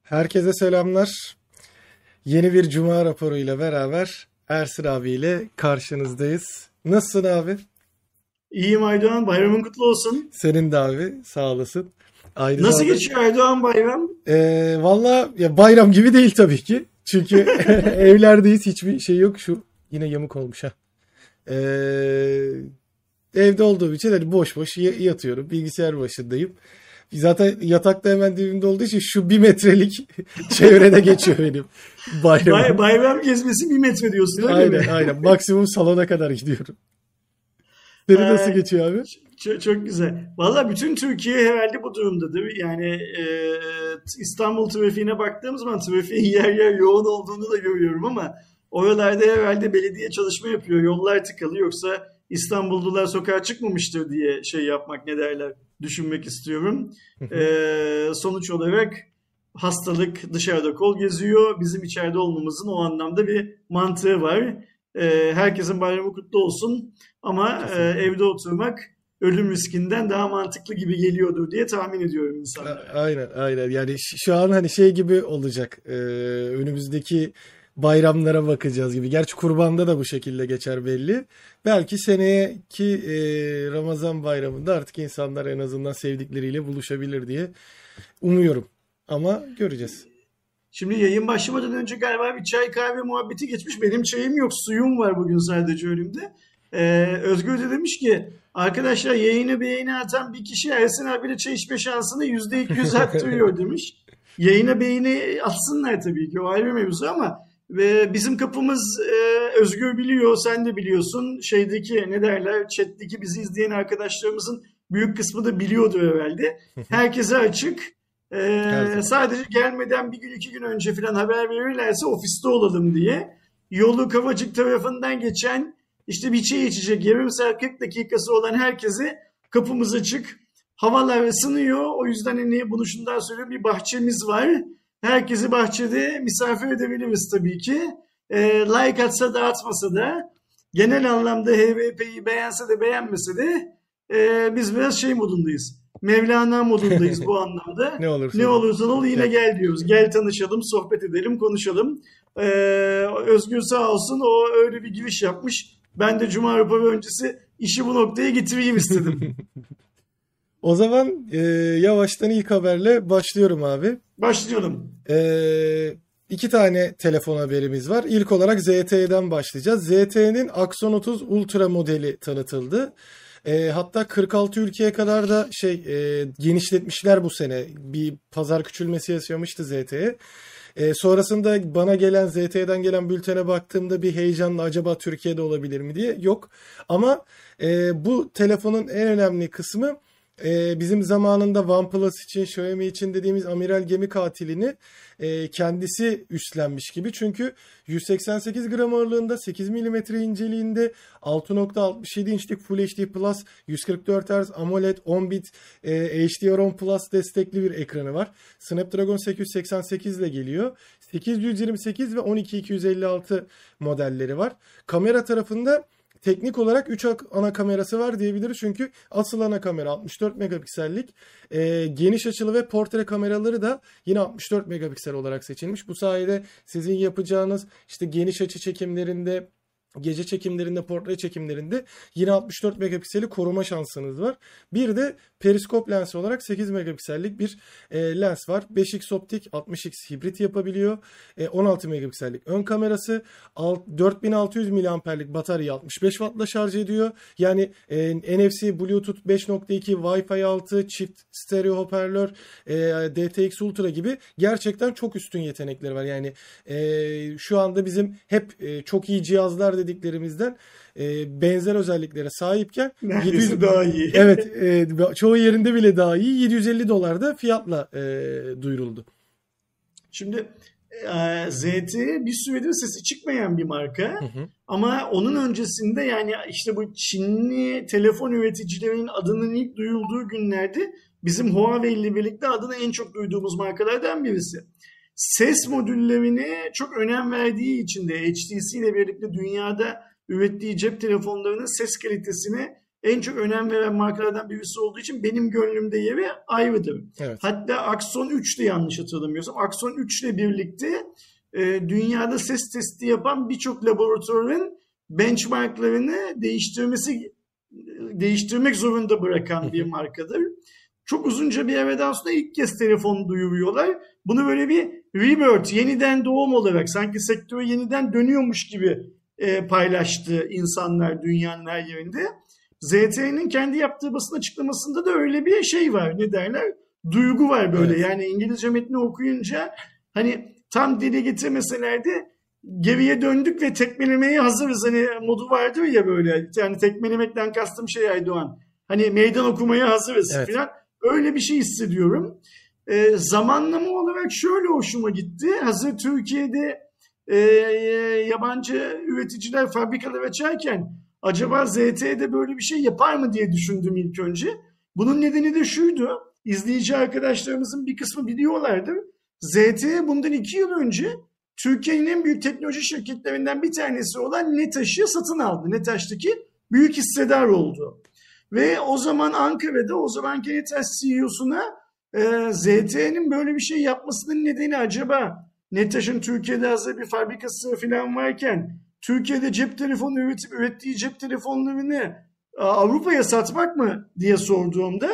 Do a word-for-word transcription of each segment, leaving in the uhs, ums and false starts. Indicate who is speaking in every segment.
Speaker 1: Herkese selamlar. Yeni bir Cuma raporuyla beraber Ersin abiyle karşınızdayız. Nasılsın abi?
Speaker 2: İyiyim Aydoğan. Bayramın kutlu olsun.
Speaker 1: Senin de abi sağ olasın. Aynı
Speaker 2: Nasıl
Speaker 1: zamanda
Speaker 2: geçiyor Aydoğan bayram?
Speaker 1: Eee valla ya bayram gibi değil tabii ki. Çünkü evlerdeyiz, hiçbir şey yok. Şu yine yamuk olmuş ha. Eee, Evde olduğum için hani boş boş y- yatıyorum. Bilgisayar başındayım. Zaten yatakta hemen dibimde olduğu için şu bir metrelik çevrede geçiyor benim
Speaker 2: Bay,
Speaker 1: bayramım.
Speaker 2: bayram gezmesi bir metre diyorsun öyle
Speaker 1: Aynen
Speaker 2: mi?
Speaker 1: aynen. Maksimum salona kadar gidiyorum. Senin nasıl
Speaker 2: Ay,
Speaker 1: geçiyor abi?
Speaker 2: çok, çok güzel. Valla bütün Türkiye herhalde bu durumda değil mi? Yani e, İstanbul trafiğine baktığım zaman trafiğin yer yer yoğun olduğunu da görüyorum ama oralarda herhalde belediye çalışma yapıyor. Yollar tıkalı yoksa İstanbullular sokağa çıkmamıştır diye şey yapmak ne derler düşünmek istiyorum. E, sonuç olarak hastalık dışarıda kol geziyor. Bizim içeride olmamızın o anlamda bir mantığı var. E, herkesin bayramı kutlu olsun. Ama e,
Speaker 1: Kesinlikle.
Speaker 2: evde oturmak ölüm riskinden daha mantıklı gibi geliyordur diye tahmin ediyorum
Speaker 1: A-
Speaker 2: insanlara.
Speaker 1: Aynen aynen. Yani ş- şu an hani şey gibi olacak. Ee, önümüzdeki bayramlara bakacağız gibi. Gerçi kurbanda da bu şekilde geçer belli. Belki seneki e, Ramazan bayramında artık insanlar en azından sevdikleriyle buluşabilir diye umuyorum. Ama göreceğiz.
Speaker 2: Şimdi yayın başlamadan önce galiba bir çay kahve muhabbeti geçmiş. Benim çayım yok, suyum var bugün sadece önümde. Ee, Özgür de demiş ki arkadaşlar yayını beğeni atan bir kişi Ersin abiyle çay içme şansını yüzde iki yüz arttırıyor demiş. Yayına beğeni atsınlar tabii ki o ayrı mevzu ama ve bizim kapımız e, Özgür biliyor, sen de biliyorsun. Şeydeki ne derler, chat'teki bizi izleyen arkadaşlarımızın büyük kısmı da biliyordu herhalde. Herkese açık.
Speaker 1: Her
Speaker 2: Ee,
Speaker 1: zaman.
Speaker 2: sadece gelmeden bir gün iki gün önce falan haber verirlerse ofiste olalım diye. Yolu Kavacık tarafından geçen işte bir çay içecek yarım saat kırk dakikası olan herkese kapımız açık. Havalar ısınıyor. O yüzden hani bunu şundan söylüyorum, bir bahçemiz var. Herkesi bahçede misafir edebiliriz tabii ki. Ee, like atsa da atmasa da genel anlamda H V P'yi beğense de beğenmese de e, biz biraz şey modundayız. Mevlana modundayız bu anlamda.
Speaker 1: Ne olursa
Speaker 2: Ne
Speaker 1: olsun.
Speaker 2: olursan ol yine
Speaker 1: Gel.
Speaker 2: gel diyoruz. Gel tanışalım, sohbet edelim, konuşalım. Ee, Özgür sağ olsun o öyle bir giriş yapmış. Ben de Cuma raporu öncesi işi bu noktaya getireyim istedim.
Speaker 1: O zaman e, yavaştan ilk haberle başlıyorum abi.
Speaker 2: Başlayalım.
Speaker 1: Ee, iki tane telefon haberimiz var. İlk olarak Z T E'den başlayacağız. Z T E'nin Axon otuz Ultra modeli tanıtıldı. Ee, hatta kırk altı ülkeye kadar da şey e, genişletmişler bu sene. Bir pazar küçülmesi yaşamıştı Z T E. Ee, sonrasında bana gelen Z T E'den gelen bültene baktığımda bir heyecanla acaba Türkiye'de olabilir mi diye yok. Ama e, bu telefonun en önemli kısmı e, bizim zamanında OnePlus için, Xiaomi için dediğimiz amiral gemi katilini e, kendisi üstlenmiş gibi. Çünkü yüz seksen sekiz gram ağırlığında, sekiz milimetre inceliğinde, altı nokta altmış yedi inçlik Full H D Plus, yüz kırk dört Hz AMOLED on bit e, H D R on Plus destekli bir ekranı var. Snapdragon sekiz yüz seksen sekiz ile geliyor. sekiz yüz yirmi sekiz ve on iki iki yüz elli altı modelleri var. Kamera tarafında teknik olarak üç ana kamerası var diyebiliriz. Çünkü asıl ana kamera altmış dört megapiksellik. Ee, geniş açılı ve portre kameraları da yine altmış dört megapiksel olarak seçilmiş. Bu sayede sizin yapacağınız işte geniş açı çekimlerinde, gece çekimlerinde, portre çekimlerinde yine altmış dört megapikseli koruma şansınız var. Bir de periskop lensi olarak sekiz megapiksellik bir e, lens var. beş x optik, altmış x hibrit yapabiliyor. E, on altı megapiksellik ön kamerası, alt- dört bin altı yüz miliamperlik batarya altmış beş wattla şarj ediyor. Yani e, N F C, Bluetooth beş nokta iki, Wi-Fi altı, çift stereo hoparlör, e, D T X Ultra gibi gerçekten çok üstün yetenekleri var. Yani e, şu anda bizim hep e, çok iyi cihazlar dediklerimizden e, benzer özelliklere sahipken yedi yüz,
Speaker 2: Neredeyse daha iyi.
Speaker 1: evet, e, çoğu yerinde bile daha iyi, yedi yüz elli dolarda fiyatla e, duyuruldu.
Speaker 2: Şimdi e, Z T bir süredir sesi çıkmayan bir
Speaker 1: Hı
Speaker 2: marka.
Speaker 1: hı.
Speaker 2: Ama onun öncesinde yani işte bu Çinli telefon üreticilerinin adının ilk duyulduğu günlerde bizim Huawei ile birlikte adını en çok duyduğumuz markalardan birisi. Ses modüllerine çok önem verdiği için de H T C ile birlikte dünyada ürettiği cep telefonlarının ses kalitesini en çok önem veren markalardan birisi olduğu için benim gönlümde yeri ayrıdır.
Speaker 1: Evet.
Speaker 2: Hatta Axon üç de yanlış hatırlamıyorsam Axon üç ile birlikte e, dünyada ses testi yapan birçok laboratuvarın benchmarklarını değiştirmesi değiştirmek zorunda bırakan bir markadır. Çok uzunca bir evden sonra ilk kez telefonu duyuruyorlar. Bunu böyle bir rebirth, yeniden doğum olarak sanki sektörü yeniden dönüyormuş gibi e, paylaştı insanlar dünyanın her yerinde. Z T E'nin kendi yaptığı basın açıklamasında da öyle bir şey var. Ne derler? Duygu var böyle. Evet. Yani İngilizce metni okuyunca hani tam dile getirmeseler de geriye döndük ve tekmelemeye hazırız. Hani modu vardır ya böyle. Yani tekmelemekten kastım şey Aydoğan. Hani meydan okumaya hazırız evet. falan. Öyle bir şey hissediyorum. E, zamanlama olarak şöyle hoşuma gitti. Hazır Türkiye'de e, yabancı üreticiler fabrikalar açarken acaba Z T E'de böyle bir şey yapar mı diye düşündüm ilk önce. Bunun nedeni de şuydu. İzleyici arkadaşlarımızın bir kısmı biliyorlardır. Z T E bundan iki yıl önce Türkiye'nin en büyük teknoloji şirketlerinden bir tanesi olan Netaş'ı satın aldı. Netaş'taki büyük hissedar oldu. Ve o zaman Ankara'da o zamanki Netaş C E O'suna e, Z T E'nin böyle bir şey yapmasının nedeni acaba Netaş'ın Türkiye'de hazır bir fabrikası falan varken Türkiye'de cep telefonu üretip ürettiği cep telefonlarını Avrupa'ya satmak mı diye sorduğumda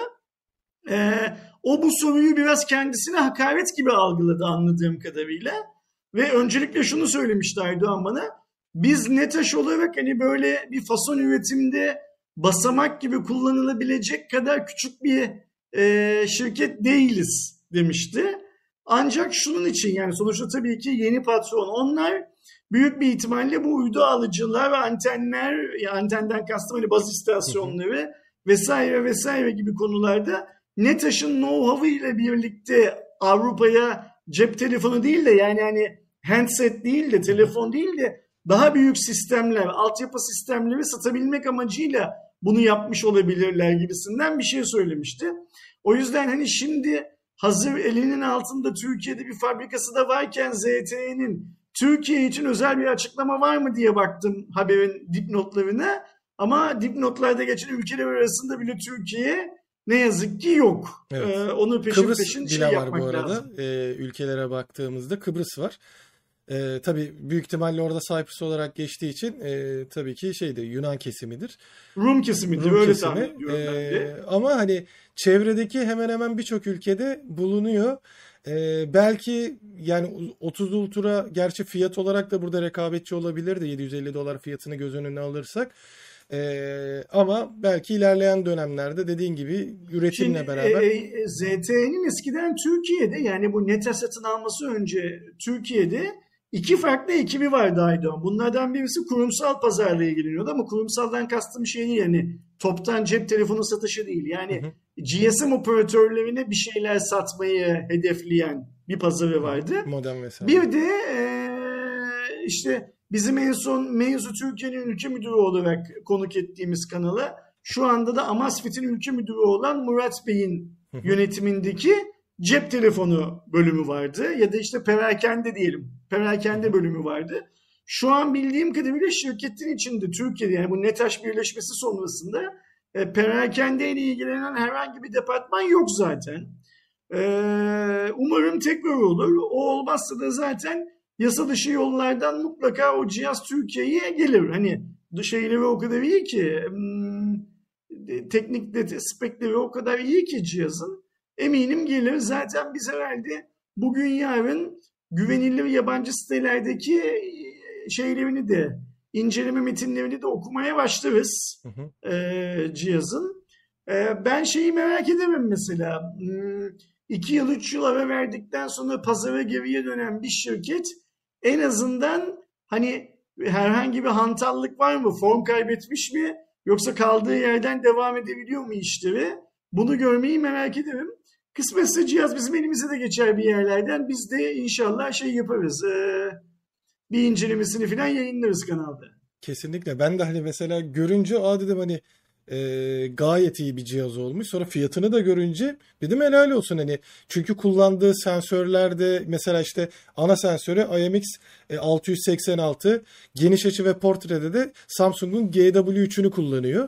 Speaker 2: e, o bu soruyu biraz kendisine hakaret gibi algıladı anladığım kadarıyla. Ve öncelikle şunu söylemişti Aydoğan bana. Biz Netaş olarak hani böyle bir fason üretimde basamak gibi kullanılabilecek kadar küçük bir e, şirket değiliz demişti. Ancak şunun için yani sonuçta tabii ki yeni patron onlar büyük bir ihtimalle bu uydu alıcılar ve antenler, yani antenden kastım hani baz istasyonları hı hı. vesaire vesaire gibi konularda Netaş'ın know-how'ı ile birlikte Avrupa'ya cep telefonu değil de yani hani handset değil de telefon değil de daha büyük sistemler, altyapı sistemleri satabilmek amacıyla bunu yapmış olabilirler gibisinden bir şey söylemişti. O yüzden hani şimdi hazır elinin altında Türkiye'de bir fabrikası da varken Z T E'nin Türkiye için özel bir açıklama var mı diye baktım haberin dipnotlarına. Ama dipnotlarda geçen ülkeler arasında bile Türkiye ne yazık ki yok.
Speaker 1: Evet.
Speaker 2: Ee, onu peşin
Speaker 1: Kıbrıs
Speaker 2: peşin şey
Speaker 1: bile var
Speaker 2: yapmak
Speaker 1: bu arada.
Speaker 2: lazım.
Speaker 1: Ee, ülkelere baktığımızda Kıbrıs var. Ee, tabii büyük ihtimalle orada Cyprus olarak geçtiği için e, tabii ki şeyde Yunan kesimidir.
Speaker 2: Rum kesimidir
Speaker 1: Rum
Speaker 2: öyle
Speaker 1: kesimi.
Speaker 2: tahmin ediyorum
Speaker 1: Ee,
Speaker 2: bence.
Speaker 1: ama hani çevredeki hemen hemen birçok ülkede bulunuyor. Ee, belki yani otuz Ultra gerçi fiyat olarak da burada rekabetçi olabilirdi yedi yüz elli dolar fiyatını göz önüne alırsak. Ee, ama belki ilerleyen dönemlerde dediğin gibi üretimle
Speaker 2: Şimdi,
Speaker 1: beraber.
Speaker 2: E, e, Z T E'nin eskiden Türkiye'de yani bu Netaş satın alması önce Türkiye'de iki farklı ekibi vardı Aydoğan. Bunlardan birisi kurumsal pazarla ilgileniyordu ama kurumsaldan kastım şey değil yani toptan cep telefonu satışı değil. Yani hı hı. G S M operatörlerine bir şeyler satmayı hedefleyen bir pazarı vardı.
Speaker 1: Modem vesaire.
Speaker 2: Bir de e, işte bizim en son Meizu Türkiye'nin ülke müdürü olarak konuk ettiğimiz kanala şu anda da Amazfit'in ülke müdürü olan Murat Bey'in hı hı. yönetimindeki cep telefonu bölümü vardı. Ya da işte perakende diyelim. Perakende bölümü vardı. Şu an bildiğim kadarıyla şirketin içinde Türkiye'de yani bu Netaş birleşmesi sonrasında e, perakende ile ilgilenen herhangi bir departman yok zaten. E, umarım tekrar olur. O olmazsa da zaten yasa dışı yollardan mutlaka o cihaz Türkiye'ye gelir. Hani şeyleri o kadar iyi ki hmm, teknik de, spekleri o kadar iyi ki cihazın. Eminim gelir. Zaten biz herhalde bugün yarın güvenilir yabancı sitelerdeki şeylerini de inceleme metinlerini de okumaya başlarız hı hı. E, cihazın. E, ben şeyi merak edemem mesela. iki yıl üç yıl ara verdikten sonra pazara geriye dönen bir şirket en azından hani herhangi bir hantallık var mı? Form kaybetmiş mi? Yoksa kaldığı yerden devam edebiliyor mu işleri? Bunu görmeyi merak ederim. Kısmetse cihaz bizim elimize de geçer bir yerlerden. Biz de inşallah şey yaparız. Ee, bir incelemesini falan yayınlarız kanalda.
Speaker 1: Kesinlikle. Ben de hani mesela görünce aa dedim hani e, gayet iyi bir cihaz olmuş. Sonra fiyatını da görünce dedim helal olsun hani. Çünkü kullandığı sensörlerde mesela işte ana sensörü I M X altı yüz seksen altı, geniş açı ve portrede de Samsung'un G W üç'ünü kullanıyor.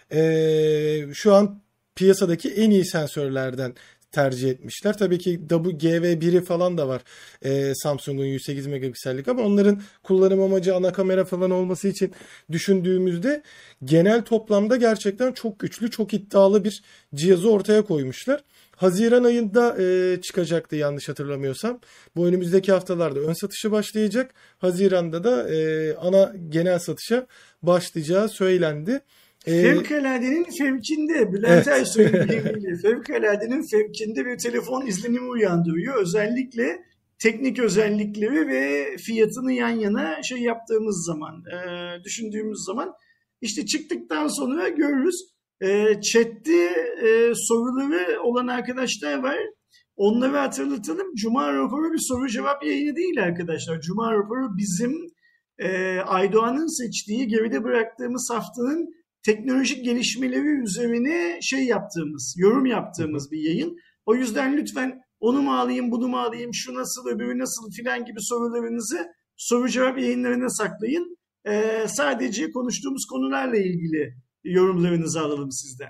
Speaker 1: Ee, şu an piyasadaki en iyi sensörlerden tercih etmişler. Tabii ki G V biri falan da var ee, Samsung'un yüz sekiz megapiksellik, ama onların kullanım amacı ana kamera falan olması için düşündüğümüzde genel toplamda gerçekten çok güçlü, çok iddialı bir cihazı ortaya koymuşlar. Haziran ayında e, çıkacaktı yanlış hatırlamıyorsam. Bu önümüzdeki haftalarda ön satışı başlayacak. Haziran'da da e, ana genel satışa başlayacağı söylendi. E,
Speaker 2: Fevkaladenin fevkinde, Bülent
Speaker 1: evet.
Speaker 2: Ersoy'un deyimiyle fevkaladenin fevkinde bir telefon izlenimi uyandırıyor. Özellikle teknik özellikleri ve fiyatını yan yana şey yaptığımız zaman, e, düşündüğümüz zaman işte çıktıktan sonra görürüz. E, chat'te e, soruları olan arkadaşlar var. Onları hatırlatalım. Cuma raporu bir soru cevap yayını değil arkadaşlar. Cuma raporu bizim e, Aydoğan'ın seçtiği, geride bıraktığımız haftanın teknolojik gelişmeleri üzerine şey yaptığımız, yorum yaptığımız bir yayın. O yüzden lütfen onu mu alayım, bunu mu alayım, şu nasıl, öbürü nasıl filan gibi sorularınızı soru cevap yayınlarına saklayın. Ee, sadece konuştuğumuz konularla ilgili yorumlarınızı alalım sizden.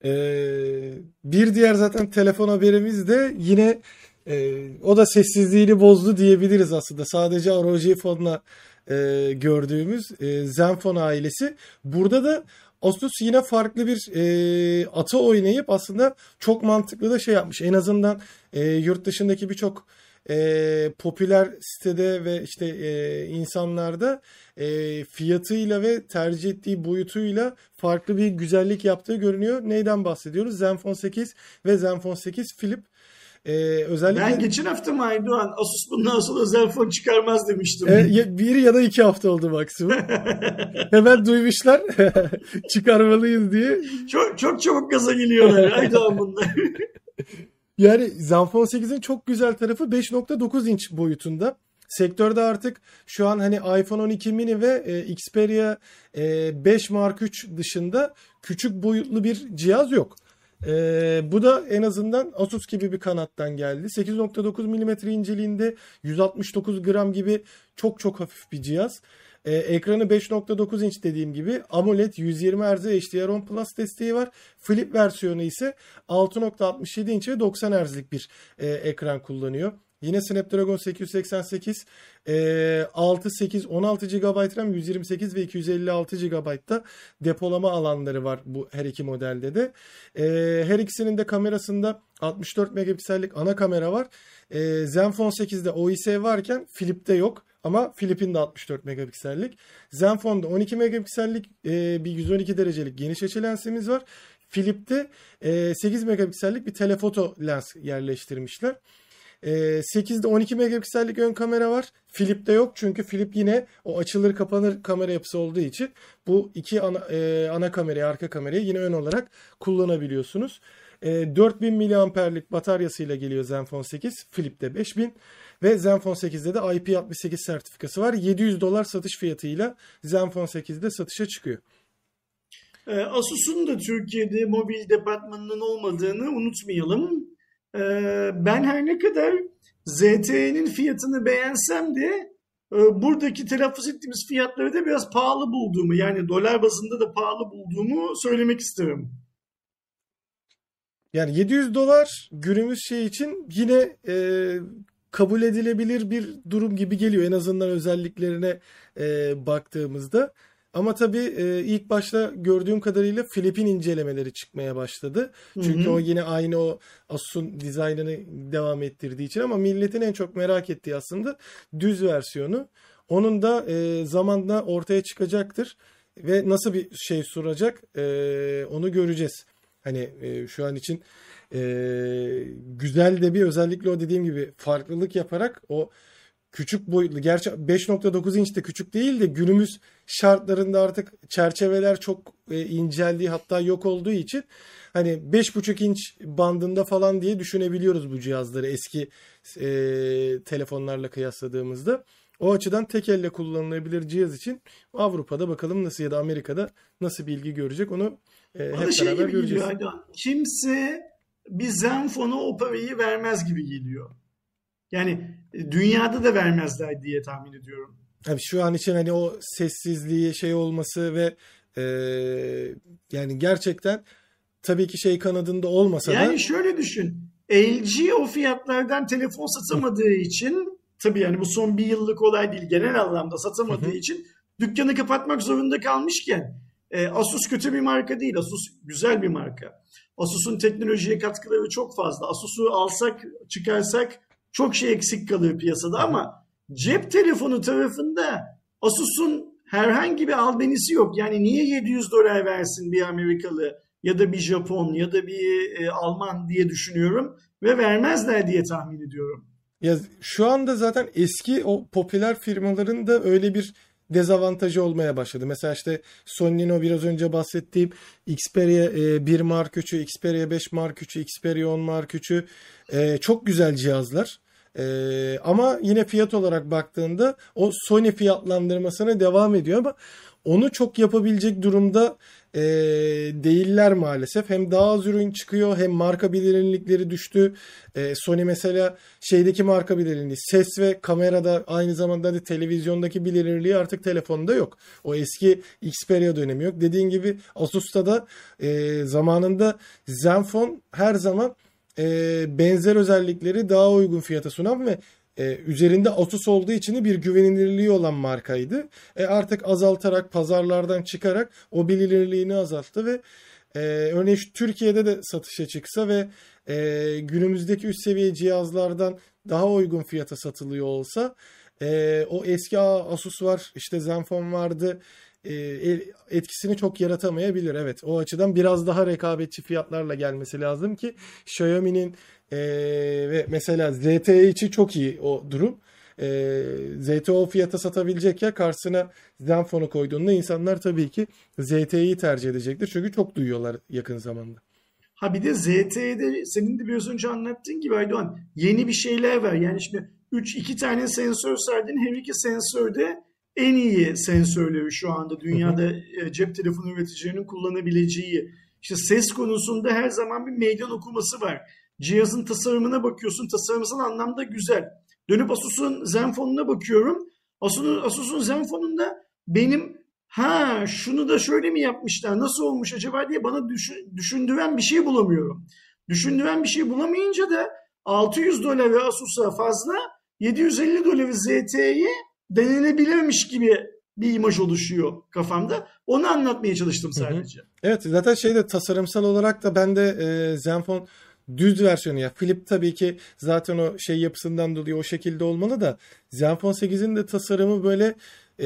Speaker 1: Ee, bir diğer zaten telefon haberimiz de yine e, o da sessizliğini bozdu diyebiliriz aslında. Sadece R O G Phone'la e, gördüğümüz e, Zenfone ailesi. Burada da Asus yine farklı bir e, ata oynayıp aslında çok mantıklı da şey yapmış. En azından e, yurt dışındaki birçok e, popüler sitede ve işte e, insanlarda e, fiyatıyla ve tercih ettiği boyutuyla farklı bir güzellik yaptığı görünüyor. Neyden bahsediyoruz? Zenfone sekiz ve Zenfone sekiz Flip. Ee, özellikle
Speaker 2: ben geçen hafta mı Aydoğan Asus bundan sonra Zenfone çıkarmaz demiştim.
Speaker 1: E, bir ya da iki hafta oldu maksimum. Hemen duymuşlar çıkarmalıyız diye.
Speaker 2: Çok çok çabuk gaza geliyorlar Aydoğan bunlar.
Speaker 1: Yani Zenfone sekizin çok güzel tarafı beş nokta dokuz inç boyutunda. Sektörde artık şu an hani iPhone on iki mini ve e, Xperia e, beş Mark üç dışında küçük boyutlu bir cihaz yok. Ee, bu da en azından Asus gibi bir kanattan geldi. sekiz nokta dokuz milimetre inceliğinde, yüz altmış dokuz gram gibi çok çok hafif bir cihaz. Ee, ekranı beş nokta dokuz inç dediğim gibi, AMOLED yüz yirmi Hz H D R on Plus desteği var. Flip versiyonu ise altı nokta altmış yedi inç ve doksan Hz'lik bir e, ekran kullanıyor. Yine Snapdragon sekiz yüz seksen sekiz, e, altı, sekiz, on altı gigabayt RAM, yüz yirmi sekiz ve iki yüz elli altı gigabayt'ta depolama alanları var bu her iki modelde de. E, her ikisinin de kamerasında altmış dört megapiksellik ana kamera var. E, Zenfone sekizde O I S varken Flip'te yok. Ama Flip'in de altmış dört megapiksellik. Zenfone'da on iki megapiksellik e, bir yüz on iki derecelik geniş açı lensimiz var. Flip'te e, sekiz megapiksellik bir telefoto lens yerleştirmişler. sekizde on iki megapiksellik ön kamera var. Flip'te yok çünkü Flip yine o açılır kapanır kamera yapısı olduğu için bu iki ana, e, ana kamerayı, arka kamerayı yine ön olarak kullanabiliyorsunuz. E, dört bin miliamperlik bataryasıyla geliyor Zenfone sekiz. Flip'te beş bin ve Zenfone sekizde de I P altmış sekiz sertifikası var. yedi yüz dolar satış fiyatıyla Zenfone sekizde satışa çıkıyor.
Speaker 2: Asus'un da Türkiye'de mobil departmanının olmadığını unutmayalım. Ben her ne kadar Z T E'nin fiyatını beğensem de buradaki telaffuz ettiğimiz fiyatları da biraz pahalı bulduğumu, yani dolar bazında da pahalı bulduğumu söylemek isterim.
Speaker 1: Yani yedi yüz dolar günümüz şey için yine e, kabul edilebilir bir durum gibi geliyor. En azından özelliklerine e, baktığımızda. Ama tabii e, ilk başta gördüğüm kadarıyla Flip'in incelemeleri çıkmaya başladı. Çünkü hı hı. o yine aynı o Asus'un dizaynını devam ettirdiği için, ama milletin en çok merak ettiği aslında düz versiyonu. Onun da e, zamanla ortaya çıkacaktır ve nasıl bir şey sunacak e, onu göreceğiz. Hani e, şu an için e, güzel de bir, özellikle o dediğim gibi farklılık yaparak o küçük boyutlu, gerçi beş nokta dokuz inç de küçük değil de günümüz şartlarında artık çerçeveler çok e, inceldiği, hatta yok olduğu için hani beş buçuk inç bandında falan diye düşünebiliyoruz bu cihazları eski e, telefonlarla kıyasladığımızda. O açıdan tek elle kullanılabilir cihaz için Avrupa'da bakalım nasıl, ya da Amerika'da nasıl bir ilgi görecek, onu e, hep
Speaker 2: şey
Speaker 1: beraber göreceğiz.
Speaker 2: Geliyor, kimse bir Zenfone'a o parayı vermez gibi geliyor. Yani dünyada da vermezler diye tahmin ediyorum.
Speaker 1: Tabii şu an için hani o sessizliği şey olması ve E, yani gerçekten tabii ki şey kanadında olmasa
Speaker 2: Yani
Speaker 1: da.
Speaker 2: şöyle düşün. L G o fiyatlardan telefon satamadığı için, tabii yani bu son bir yıllık olay değil, genel anlamda
Speaker 1: Hı
Speaker 2: satamadığı
Speaker 1: hı.
Speaker 2: için dükkanı kapatmak zorunda kalmışken e, Asus kötü bir marka değil. Asus güzel bir marka. Asus'un teknolojiye katkıları çok fazla. Asus'u alsak çıkarsak çok şey eksik kalır piyasada
Speaker 1: Hı hı.
Speaker 2: ama cep telefonu tarafında Asus'un herhangi bir albenisi yok. Yani niye yedi yüz dolar versin bir Amerikalı ya da bir Japon ya da bir e, Alman diye düşünüyorum ve vermezler diye tahmin ediyorum.
Speaker 1: Ya şu anda zaten eski o popüler firmaların da öyle bir dezavantajı olmaya başladı. Mesela işte Sony'nin o biraz önce bahsettiğim Xperia e, bir Mark üçü, Xperia beş Mark üçü, Xperia on Mark üçü e, çok güzel cihazlar. E, ama yine fiyat olarak baktığında o Sony fiyatlandırmasına devam ediyor ama onu çok yapabilecek durumda e, değiller maalesef. Hem daha az ürün çıkıyor hem marka bilinirlikleri düştü. E, Sony mesela şeydeki marka bilinirliği, ses ve kamerada aynı zamanda da televizyondaki bilinirliği artık telefonda yok. O eski Xperia dönemi yok. Dediğin gibi Asus'ta da e, zamanında Zenfone her zaman e, benzer özellikleri daha uygun fiyata sunan ve e, üzerinde Asus olduğu için bir güvenilirliği olan markaydı. E, artık azaltarak pazarlardan çıkarak o bilinirliğini azalttı ve e, örneğin şu Türkiye'de de satışa çıksa ve e, günümüzdeki üst seviye cihazlardan daha uygun fiyata satılıyor olsa e, o eski "Aa, Asus var işte Zenfone vardı" e, etkisini çok yaratamayabilir. Evet, o açıdan biraz daha rekabetçi fiyatlarla gelmesi lazım ki Xiaomi'nin e, ve mesela Z T E için çok iyi o durum. E, Z T E o fiyata satabilecek ya karşısına Zenfone'u koyduğunda insanlar tabii ki Z T E'yi tercih edecektir. Çünkü çok duyuyorlar yakın zamanda.
Speaker 2: Ha bir de Z T E'de senin de biraz önce anlattığın gibi Aydoğan yeni bir şeyler var. Yani şimdi üç iki tane sensör saydın. Her iki sensör de en iyi sensörleri şu anda
Speaker 1: Hı hı.
Speaker 2: dünyada e, cep telefonu üreticilerinin kullanabileceği. İşte ses konusunda her zaman bir meydan okuması var. Cihazın tasarımına bakıyorsun. Tasarımsal anlamda güzel. Dönüp Asus'un Zenfone'una bakıyorum. Asus'un Asus'un Zenfone'unda benim ha şunu da şöyle mi yapmışlar nasıl olmuş acaba diye bana düşün, düşündüren bir şey bulamıyorum. Düşündüren bir şey bulamayınca da altı yüz doları Asus'a fazla, yedi yüz elli doları Z T E'ye denenebilirmiş gibi bir imaj oluşuyor kafamda. Onu anlatmaya çalıştım
Speaker 1: Hı hı.
Speaker 2: sadece.
Speaker 1: Evet, zaten şeyde tasarımsal olarak da ben de e, Zenfone düz versiyonu, ya Flip tabii ki zaten o şey yapısından dolayı o şekilde olmalı da Zenfone sekizin de tasarımı böyle e,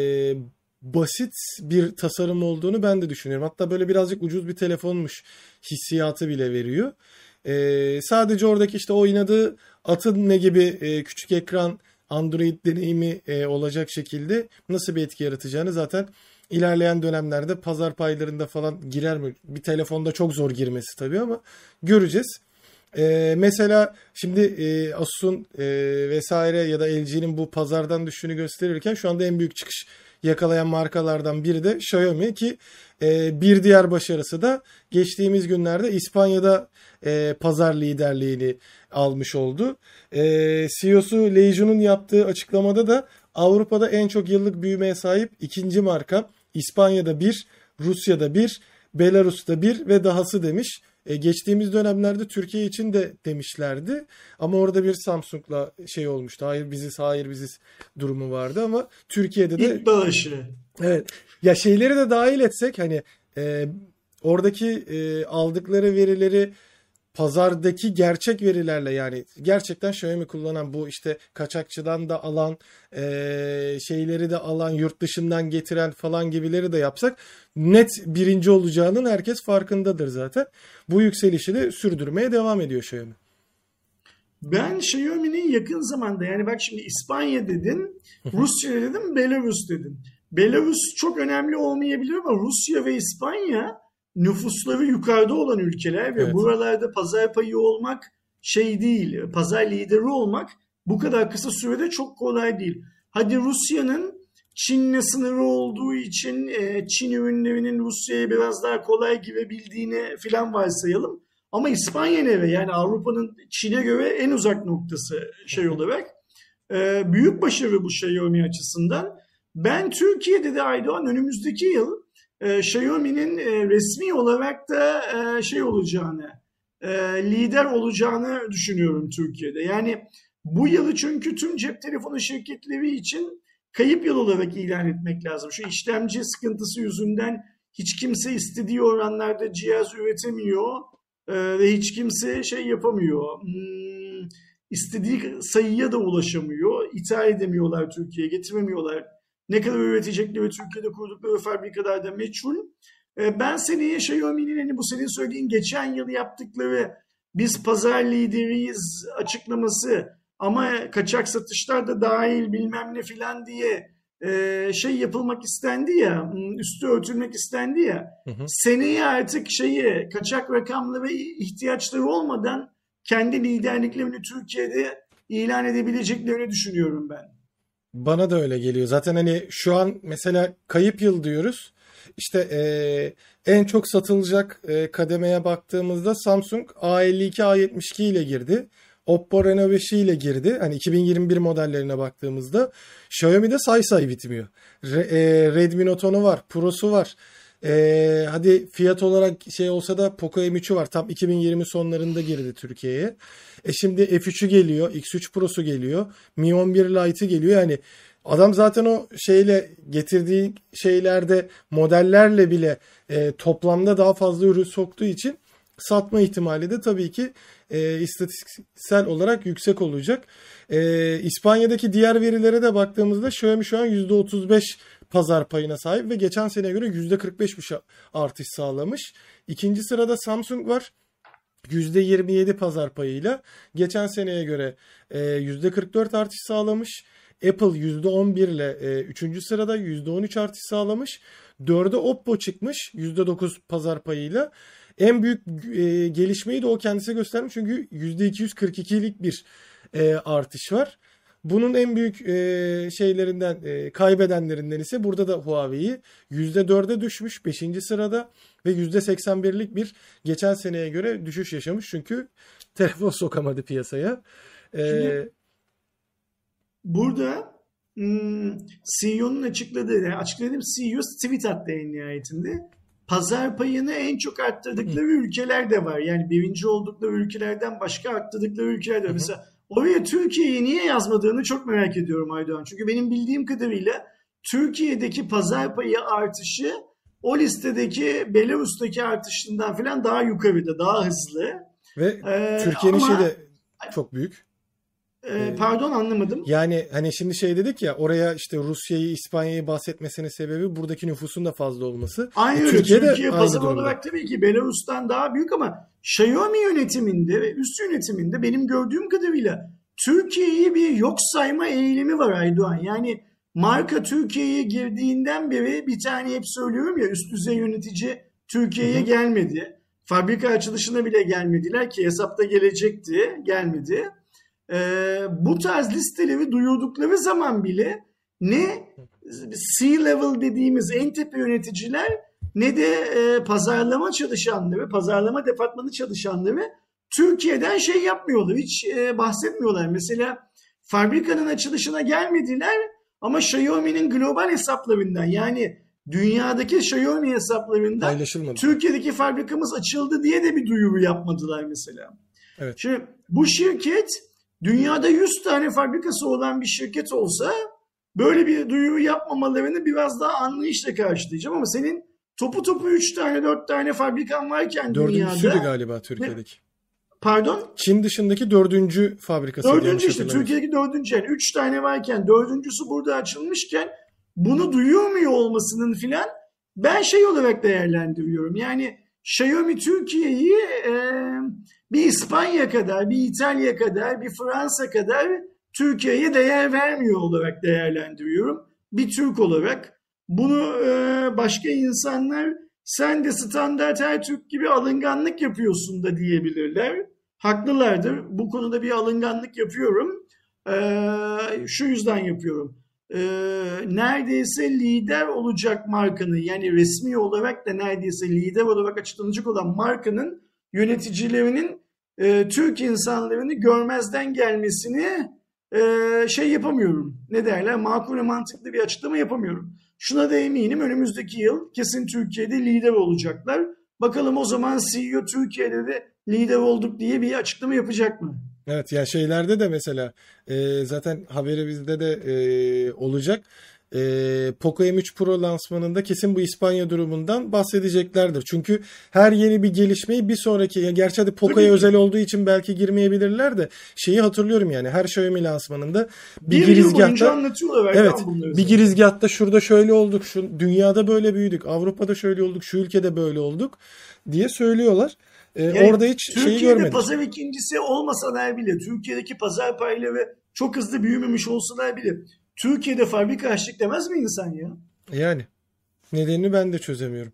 Speaker 1: basit bir tasarım olduğunu ben de düşünüyorum. Hatta böyle birazcık ucuz bir telefonmuş hissiyatı bile veriyor. E, sadece oradaki işte oynadığı atın ne gibi e, küçük ekran Android deneyimi e, olacak şekilde nasıl bir etki yaratacağını zaten ilerleyen dönemlerde pazar paylarında falan girer mi? Bir telefonda çok zor girmesi tabii ama göreceğiz. Ee, mesela şimdi e, Asus'un e, vesaire ya da L G'nin bu pazardan düştüğünü gösterirken şu anda en büyük çıkış yakalayan markalardan biri de Xiaomi ki e, bir diğer başarısı da geçtiğimiz günlerde İspanya'da e, pazar liderliğini almış oldu. E, C E O'su Lei Jun'un yaptığı açıklamada da Avrupa'da en çok yıllık büyümeye sahip ikinci marka, İspanya'da bir, Rusya'da bir, Belarus'ta bir ve dahası demiş. E, geçtiğimiz dönemlerde Türkiye için de demişlerdi. Ama orada bir Samsung'la şey olmuştu. Hayır biziz, hayır biziz durumu vardı ama Türkiye'de de
Speaker 2: İlk dalaşı.
Speaker 1: evet. Ya şeyleri de dahil etsek hani e, oradaki e, aldıkları verileri pazardaki gerçek verilerle, yani gerçekten Xiaomi kullanan bu işte kaçakçıdan da alan e, şeyleri de alan yurt dışından getiren falan gibileri de yapsak net birinci olacağının herkes farkındadır zaten. Bu yükselişi de sürdürmeye devam ediyor Xiaomi.
Speaker 2: Ben Xiaomi'nin yakın zamanda yani bak şimdi İspanya dedin, Rusya dedim, Belarus dedin. Belarus çok önemli olmayabilir ama Rusya ve İspanya nüfusları yukarıda olan ülkeler ve
Speaker 1: Evet.
Speaker 2: buralarda pazar payı olmak şey değil, pazar lideri olmak bu kadar kısa sürede çok kolay değil. Hadi Rusya'nın Çin'le sınırı olduğu için e, Çin ürünlerinin Rusya'ya biraz daha kolay girebildiğini filan varsayalım. Ama İspanya nere? Yani Avrupa'nın Çin'e göre en uzak noktası şey olarak. E, büyük başarı bu Xiaomi açısından. Ben Türkiye'de de Aydoğan önümüzdeki yıl e, Xiaomi'nin e, resmi olarak da e, şey olacağını, e, lider olacağını düşünüyorum Türkiye'de. Yani bu yılı çünkü tüm cep telefonu şirketleri için kayıp yıl olarak ilan etmek lazım. Şu işlemci sıkıntısı yüzünden hiç kimse istediği oranlarda cihaz üretemiyor e, ve hiç kimse şey yapamıyor. Hmm, istediği sayıya da ulaşamıyor. İthal edemiyorlar Türkiye'ye, getiremiyorlar. Ne kadar üretecekleri Türkiye'de kurdukları fabrikalar da meçhul. E, ben seneye Xiaomi'nin hani bu senin söylediğin geçen yıl yaptıkları biz pazar lideriyiz açıklaması ama kaçak satışlar da dahil bilmem ne filan diye e, şey yapılmak istendi ya, üstü örtülmek istendi ya. Hı hı. Seneye artık şeyi kaçak rakamlara ihtiyaçları olmadan kendi liderliklerini Türkiye'de ilan edebileceklerini düşünüyorum ben.
Speaker 1: Bana da öyle geliyor. Zaten hani şu an mesela kayıp yıl diyoruz. İşte e, en çok satılacak e, kademeye baktığımızda Samsung A elli iki A yetmiş iki ile girdi. Oppo Reno beş ile girdi. Hani iki bin yirmi bir modellerine baktığımızda Xiaomi'de say say bitmiyor. Re, e, Redmi Note onu var, Pro'su var. E, hadi fiyat olarak şey olsa da Poco M üçü var. Tam iki bin yirmi sonlarında girdi Türkiye'ye. E şimdi F üçü geliyor, X üç Pro'su geliyor, Mi on bir Lite'ı geliyor. Yani adam zaten o şeyle getirdiği şeylerde modellerle bile e, toplamda daha fazla ürün soktuğu için satma ihtimali de tabii ki e, istatistiksel olarak yüksek olacak. E, İspanya'daki diğer verilere de baktığımızda Xiaomi şu an yüzde otuz beş pazar payına sahip ve geçen seneye göre yüzde kırk beş artış sağlamış. İkinci sırada Samsung var. yüzde yirmi yedi pazar payıyla. Geçen seneye göre e, yüzde kırk dört artış sağlamış. Apple yüzde on bir ile e, üçüncü sırada yüzde on üç artış sağlamış. dörde Oppo çıkmış yüzde dokuz pazar payıyla. En büyük e, gelişmeyi de o kendisi göstermiş çünkü yüzde iki yüz kırk ikilik bir e, artış var. Bunun en büyük e, şeylerinden, e, kaybedenlerinden ise burada da Huawei yüzde dörde düşmüş beşinci sırada ve yüzde seksen birlik bir geçen seneye göre düşüş yaşamış çünkü telefon sokamadı piyasaya. E,
Speaker 2: Şimdi burada hmm, C E O'nun açıkladığı, yani açıkladığım C E O tweet attı en nihayetinde. Pazar payını en çok arttırdıkları hı. ülkeler de var. Yani birinci oldukları ülkelerden başka arttırdıkları ülkeler de var. Hı hı. Mesela oraya Türkiye'yi niye yazmadığını çok merak ediyorum Aydoğan. Çünkü benim bildiğim kadarıyla Türkiye'deki pazar payı artışı o listedeki Belarus'taki artışından falan daha yukarıda, daha hızlı.
Speaker 1: Ve ee, Türkiye'nin ama... şeyi de çok büyük.
Speaker 2: Ee, pardon anlamadım.
Speaker 1: Yani hani şimdi şey dedik ya oraya işte Rusya'yı, İspanya'yı bahsetmesinin sebebi buradaki nüfusun da fazla olması.
Speaker 2: Aynı öyle. Türkiye, Türkiye pazar olarak tabii ki Belarus'tan daha büyük ama Xiaomi yönetiminde ve üst yönetiminde benim gördüğüm kadarıyla Türkiye'yi bir yok sayma eğilimi var Aydoğan. Yani marka Türkiye'ye girdiğinden beri bir tane hep söylüyorum ya üst düzey yönetici Türkiye'ye gelmedi. Fabrika açılışına bile gelmediler ki hesapta gelecekti, gelmedi. Ee, bu tarz listeleri duyurdukları zaman bile ne C-level dediğimiz en tepe yöneticiler ne de e, pazarlama çalışanları, pazarlama departmanı çalışanları Türkiye'den şey yapmıyorlar, hiç e, bahsetmiyorlar. Mesela fabrikanın açılışına gelmediler ama Xiaomi'nin global hesaplarından yani dünyadaki Xiaomi hesaplarından Türkiye'deki fabrikamız açıldı diye de bir duyuru yapmadılar mesela.
Speaker 1: Evet.
Speaker 2: Şimdi bu şirket dünyada yüz tane fabrikası olan bir şirket olsa böyle bir duyuru yapmamalarını biraz daha anlayışla karşılayacağım ama senin topu topu üç tane dört tane fabrikan varken
Speaker 1: dördüncüsüydü
Speaker 2: dünyada.
Speaker 1: Dördüncüsüydü galiba Türkiye'deki.
Speaker 2: Pardon?
Speaker 1: Çin dışındaki dördüncü fabrikası.
Speaker 2: Dördüncü işte Türkiye'deki dördüncü yani üç tane varken dördüncüsü burada açılmışken bunu duyurmuyor olmasının filan ben şey olarak değerlendiriyorum. Yani Xiaomi Türkiye'yi e, bir İspanya kadar, bir İtalya kadar, bir Fransa kadar Türkiye'ye değer vermiyor olarak değerlendiriyorum. Bir Türk olarak. Bunu e, başka insanlar sen de standart her Türk gibi alınganlık yapıyorsun da diyebilirler. Haklılardır. Bu konuda bir alınganlık yapıyorum. E, şu yüzden yapıyorum. E, neredeyse lider olacak markanın yani resmi olarak da neredeyse lider olarak açıklanacak olan markanın yöneticilerinin e, Türk insanlarını görmezden gelmesini e, şey yapamıyorum. Ne derler? Makul ve mantıklı bir açıklama yapamıyorum. şuna da eminim, önümüzdeki yıl kesin Türkiye'de lider olacaklar. Bakalım o zaman C E O Türkiye'de de lider olduk diye bir açıklama yapacak mı?
Speaker 1: Evet, ya şeylerde de mesela e, zaten haberi bizde de e, olacak. E, Poco M üç Pro lansmanında kesin bu İspanya durumundan bahsedeceklerdir. Çünkü her yeni bir gelişmeyi bir sonraki, ya gerçi hadi Poco'ya özel olduğu için belki girmeyebilirler de şeyi hatırlıyorum yani her Xiaomi lansmanında bir,
Speaker 2: bir yıl boyunca
Speaker 1: girizgahta,
Speaker 2: anlatıyorlar.
Speaker 1: evet,
Speaker 2: bunları
Speaker 1: bir
Speaker 2: zaten.
Speaker 1: girizgahta şurada şöyle olduk, şu dünyada böyle büyüdük, Avrupa'da şöyle olduk, şu ülkede böyle olduk diye söylüyorlar. E,
Speaker 2: Yani
Speaker 1: orada hiç şeyi
Speaker 2: Türkiye'de
Speaker 1: görmedik.
Speaker 2: pazar ikincisi olmasalar bile, Türkiye'deki pazar payları çok hızlı büyümemiş olsalar bile Türkiye'de fabrika açtık demez mi insan ya?
Speaker 1: Yani nedenini ben de çözemiyorum.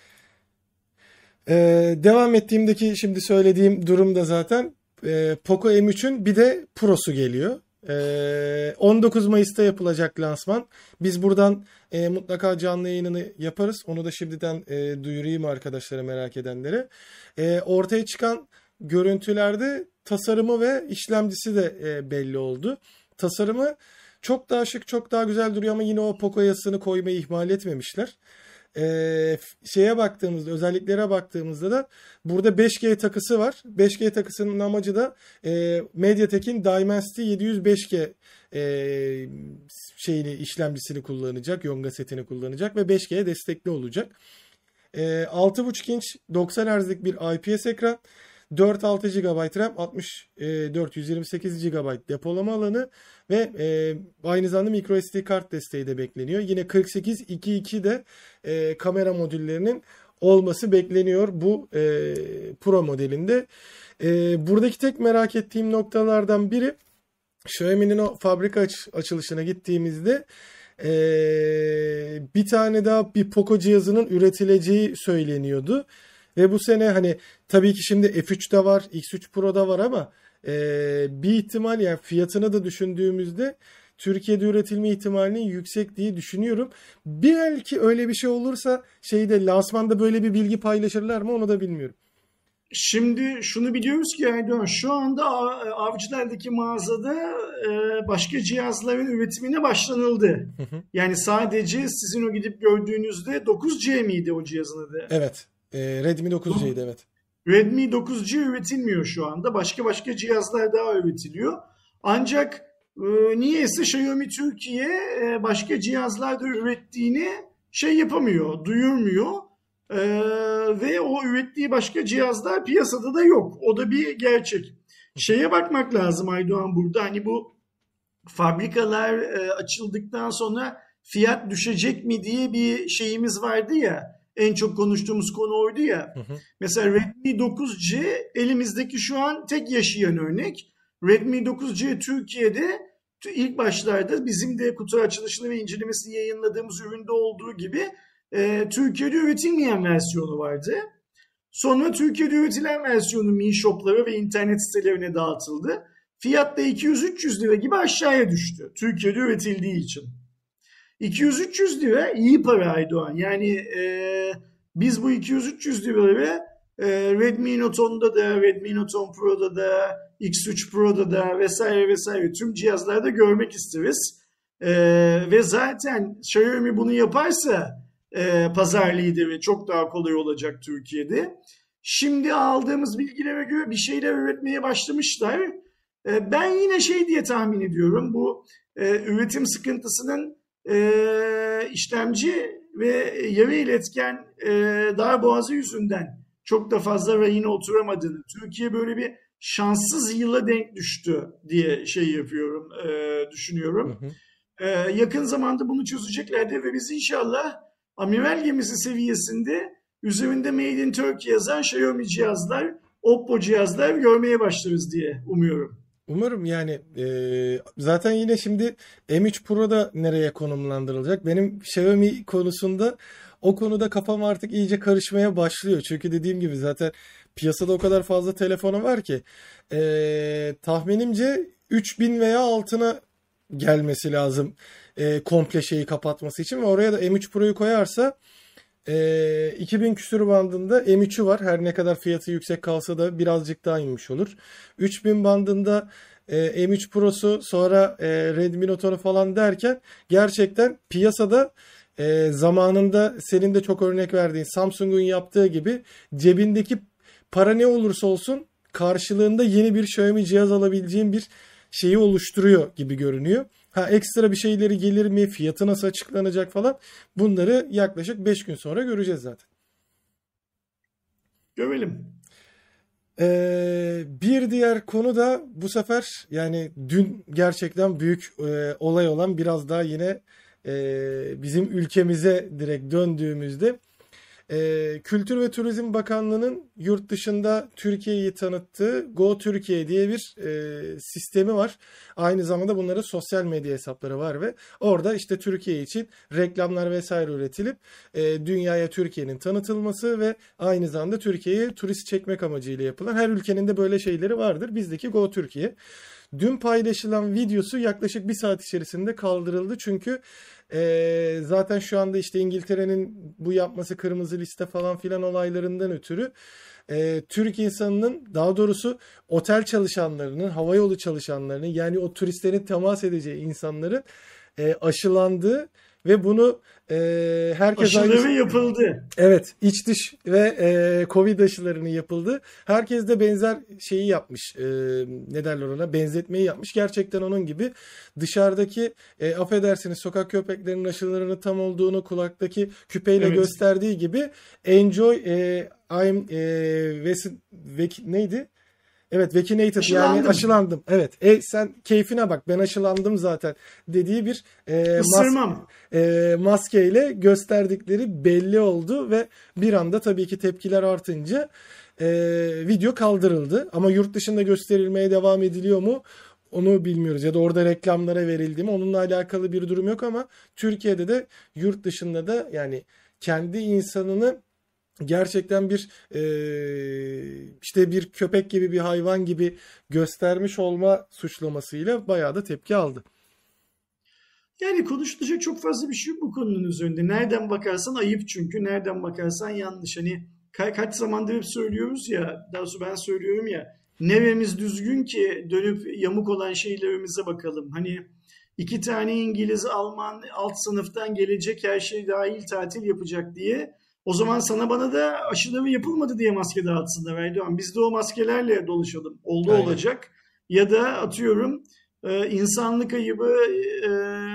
Speaker 1: Ee, devam ettiğimdeki şimdi söylediğim durumda zaten e, Poco M üçün bir de Pro'su geliyor. Ee, on dokuz Mayıs'ta yapılacak lansman. Biz buradan e, mutlaka canlı yayınını yaparız. Onu da şimdiden e, duyurayım arkadaşlara, merak edenlere. E, ortaya çıkan görüntülerde tasarımı ve işlemcisi de e, belli oldu. Tasarımı çok daha şık, çok daha güzel duruyor ama yine o Poco yazısını koymayı ihmal etmemişler. Ee, şeye baktığımızda, özelliklere baktığımızda da burada beş G takısı var. beş G takısının amacı da e, MediaTek'in Dimensity yedi yüz beş G e, şeyini, işlemcisini kullanacak, Yonga setini kullanacak ve beş G'ye destekli olacak. E, altı buçuk inç doksan Hz'lik bir I P S ekran, dört altı gigabayt RAM, altmış dört yüz yirmi sekiz gigabayt depolama alanı ve e, aynı zamanda microSD kart desteği de bekleniyor. Yine kırk sekiz iki iki de e, kamera modüllerinin olması bekleniyor bu e, Pro modelinde. E, buradaki tek merak ettiğim noktalardan biri, Xiaomi'nin o fabrika aç- açılışına gittiğimizde e, bir tane daha bir Poco cihazının üretileceği söyleniyordu. Ve bu sene hani tabii ki şimdi F üç'te var, X üç Pro'da var ama e, bir ihtimal, yani fiyatını da düşündüğümüzde Türkiye'de üretilme ihtimalinin yüksek diye düşünüyorum. Belki öyle bir şey olursa şeyde, lansmanda böyle bir bilgi paylaşırlar mı onu da bilmiyorum.
Speaker 2: Şimdi şunu biliyoruz ki Erdoğan, şu anda Av- Avcılar'daki mağazada e, başka cihazların üretimine başlanıldı. Yani sadece sizin o gidip gördüğünüzde dokuz C miydi o cihazın adı?
Speaker 1: Evet. E, Redmi dokuz C'ydi, evet.
Speaker 2: Redmi dokuz C üretilmiyor şu anda. Başka başka cihazlar daha üretiliyor. Ancak e, niyeyse Xiaomi Türkiye e, başka cihazlarda ürettiğini şey yapamıyor, duyurmuyor. E, ve o ürettiği başka cihazlar piyasada da yok. O da bir gerçek. Şeye bakmak lazım Aydoğan burada. Hani bu fabrikalar e, açıldıktan sonra fiyat düşecek mi diye bir şeyimiz vardı ya. En çok konuştuğumuz konu oydu ya.
Speaker 1: Hı hı.
Speaker 2: Mesela Redmi dokuz C elimizdeki şu an tek yaşayan örnek. Redmi dokuz C Türkiye'de ilk başlarda bizim de kutu açılışını ve incelemesini yayınladığımız üründe olduğu gibi e, Türkiye'de üretilmeyen versiyonu vardı. Sonra Türkiye'de üretilen versiyonu Mi Shop'lara ve internet sitelerine dağıtıldı. Fiyat da iki yüz üç yüz lira gibi aşağıya düştü. Türkiye'de üretildiği için. iki yüz üç yüz lira iyi para Aydoğan. Yani e, biz bu iki yüz üç yüz liraları e, Redmi Note onda da, Redmi Note on Pro'da da, X üç Pro'da da vesaire vesaire tüm cihazlarda görmek isteriz. E, ve zaten Xiaomi bunu yaparsa e, pazar lideri çok daha kolay olacak Türkiye'de. Şimdi aldığımız bilgilere göre bir şeyler üretmeye başlamışlar. E, ben yine şey diye tahmin ediyorum. Bu e, üretim sıkıntısının e, işlemci ve yarı iletken e, darboğazı yüzünden çok da fazla rayına oturamadığını, Türkiye böyle bir şanssız yıla denk düştü diye şey yapıyorum, e, düşünüyorum.
Speaker 1: Hı hı.
Speaker 2: E, yakın zamanda bunu çözeceklerdir ve biz inşallah amiral gemisi seviyesinde üzerinde Made in Turkey yazan Xiaomi cihazlar, Oppo cihazlar görmeye başlarız diye umuyorum.
Speaker 1: Umarım yani e, zaten yine şimdi M üç Pro'da nereye konumlandırılacak? Benim Xiaomi konusunda o konuda kafam artık iyice karışmaya başlıyor. Çünkü dediğim gibi zaten piyasada o kadar fazla telefonu var ki e, tahminimce üç bin veya altına gelmesi lazım e, komple şeyi kapatması için ve oraya da M üç Pro'yu koyarsa e, iki bin küsür bandında M üçü var. Her ne kadar fiyatı yüksek kalsa da birazcık daha inmiş olur. üç bin bandında e, M üç Pro'su, sonra e, Redmi Note onu falan derken gerçekten piyasada e, zamanında senin de çok örnek verdiğin Samsung'un yaptığı gibi cebindeki para ne olursa olsun karşılığında yeni bir Xiaomi cihaz alabileceğin bir şeyi oluşturuyor gibi görünüyor. Ha, ekstra bir şeyleri gelir mi? Fiyatı nasıl açıklanacak falan. Bunları yaklaşık beş gün sonra göreceğiz zaten.
Speaker 2: Görelim.
Speaker 1: Ee, bir diğer konu da bu sefer yani dün gerçekten büyük e, olay olan biraz daha yine e, bizim ülkemize direkt döndüğümüzde e, Kültür ve Turizm Bakanlığı'nın yurt dışında Türkiye'yi tanıttığı Go Türkiye diye bir e, sistemi var. Aynı zamanda bunların sosyal medya hesapları var ve orada işte Türkiye için reklamlar vesaire üretilip e, dünyaya Türkiye'nin tanıtılması ve aynı zamanda Türkiye'ye turist çekmek amacıyla yapılan, her ülkenin de böyle şeyleri vardır. Bizdeki Go Türkiye. Dün paylaşılan videosu yaklaşık bir saat içerisinde kaldırıldı. Çünkü e, zaten şu anda işte İngiltere'nin bu yapması kırmızı liste falan filan olaylarından ötürü e, Türk insanının, daha doğrusu otel çalışanlarının, havayolu çalışanlarının, yani o turistlerin temas edeceği insanların e, aşılandığı ve bunu e, herkes
Speaker 2: Aşıları
Speaker 1: aynı...
Speaker 2: yapıldı.
Speaker 1: Evet, iç dış ve e, Covid aşılarının yapıldı. Herkes de benzer şeyi yapmış. E, ne derler ona? Benzetmeyi yapmış. Gerçekten onun gibi dışarıdaki e, affedersiniz sokak köpeklerinin aşılarının tam olduğunu kulaktaki küpeyle
Speaker 2: Evet.
Speaker 1: gösterdiği gibi enjoy e, I'm e, ves- vek- neydi? Evet, vaccinated,
Speaker 2: Aşılandım.
Speaker 1: yani aşılandım. Evet. E, sen keyfine bak, ben aşılandım zaten dediği bir e, mas
Speaker 2: Isırmam.
Speaker 1: e, maskeyle gösterdikleri belli oldu ve bir anda tabii ki tepkiler artınca e, video kaldırıldı. Ama yurt dışında gösterilmeye devam ediliyor mu? Onu bilmiyoruz, ya da orada reklamlara verildi mi? Onunla alakalı bir durum yok ama Türkiye'de de yurt dışında da yani kendi insanını gerçekten bir e, işte bir köpek gibi, bir hayvan gibi göstermiş olma suçlamasıyla bayağı da tepki aldı.
Speaker 2: Yani konuşulacak çok fazla bir şey yok bu konunun üzerinde. Nereden bakarsan ayıp çünkü. Nereden bakarsan yanlış. Hani ka- kaç zamandır hep söylüyoruz ya, daha doğrusu ben söylüyorum ya, neremiz düzgün ki dönüp yamuk olan şeylerimize bakalım. Hani iki tane İngiliz, Alman alt sınıftan gelecek, her şey dahil tatil yapacak diye. O zaman sana bana da aşıları yapılmadı diye maske dağıtsınlar Erdoğan. Biz de o maskelerle dolaşalım. Oldu
Speaker 1: Aynen.
Speaker 2: olacak. Ya da atıyorum e, insanlık ayıbı e,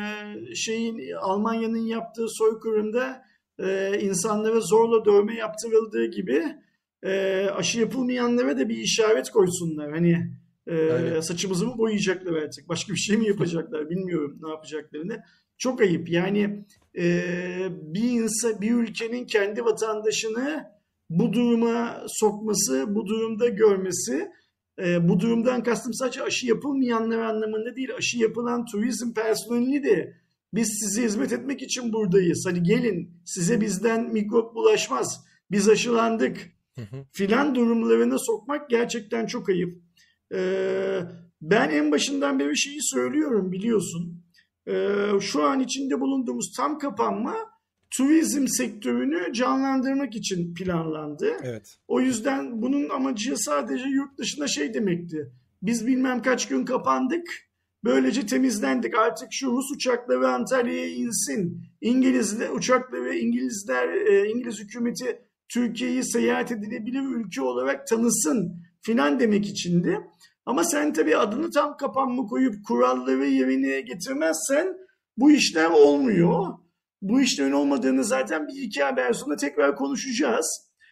Speaker 2: şeyin Almanya'nın yaptığı soykırımda e, insanlara zorla dövme yaptırıldığı gibi e, aşı yapılmayanlara da bir işaret koysunlar. Hani e,
Speaker 1: Aynen.
Speaker 2: saçımızı mı boyayacaklar artık? Başka bir şey mi yapacaklar? Bilmiyorum ne yapacaklarını. Çok ayıp. Yani e, bir insan, bir ülkenin kendi vatandaşını bu duruma sokması, bu durumda görmesi, e, bu durumdan kastım sadece aşı yapılmayanlar anlamında değil, aşı yapılan turizm personelini de biz size hizmet etmek için buradayız. Hadi gelin, size bizden mikrop bulaşmaz. Biz aşılandık
Speaker 1: Hı hı.
Speaker 2: filan durumlarına sokmak gerçekten çok ayıp. Ee, ben en başından beri şeyi söylüyorum, biliyorsun. Ee, şu an içinde bulunduğumuz tam kapanma turizm sektörünü canlandırmak için planlandı.
Speaker 1: Evet.
Speaker 2: O yüzden bunun amacı sadece yurt dışına şey demekti. Biz bilmem kaç gün kapandık. Böylece temizlendik. Artık şu Rus uçakları Antalya'ya insin. İngiliz uçakları, İngilizler, e, İngiliz hükümeti Türkiye'yi seyahat edilebilir ülke olarak tanısın filan demek içindi. Ama sen tabii adını tam kapanma koyup kuralları yerine getirmezsen bu işler olmuyor. Bu işlerin olmadığını zaten bir iki haber sonra tekrar konuşacağız.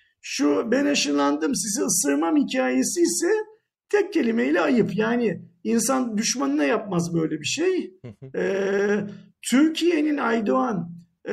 Speaker 2: Şu ben aşılandım sizi ısırmam hikayesi ise tek kelimeyle ayıp. Yani insan düşmanına yapmaz böyle bir şey. Ee, Türkiye'nin Aydoğan e,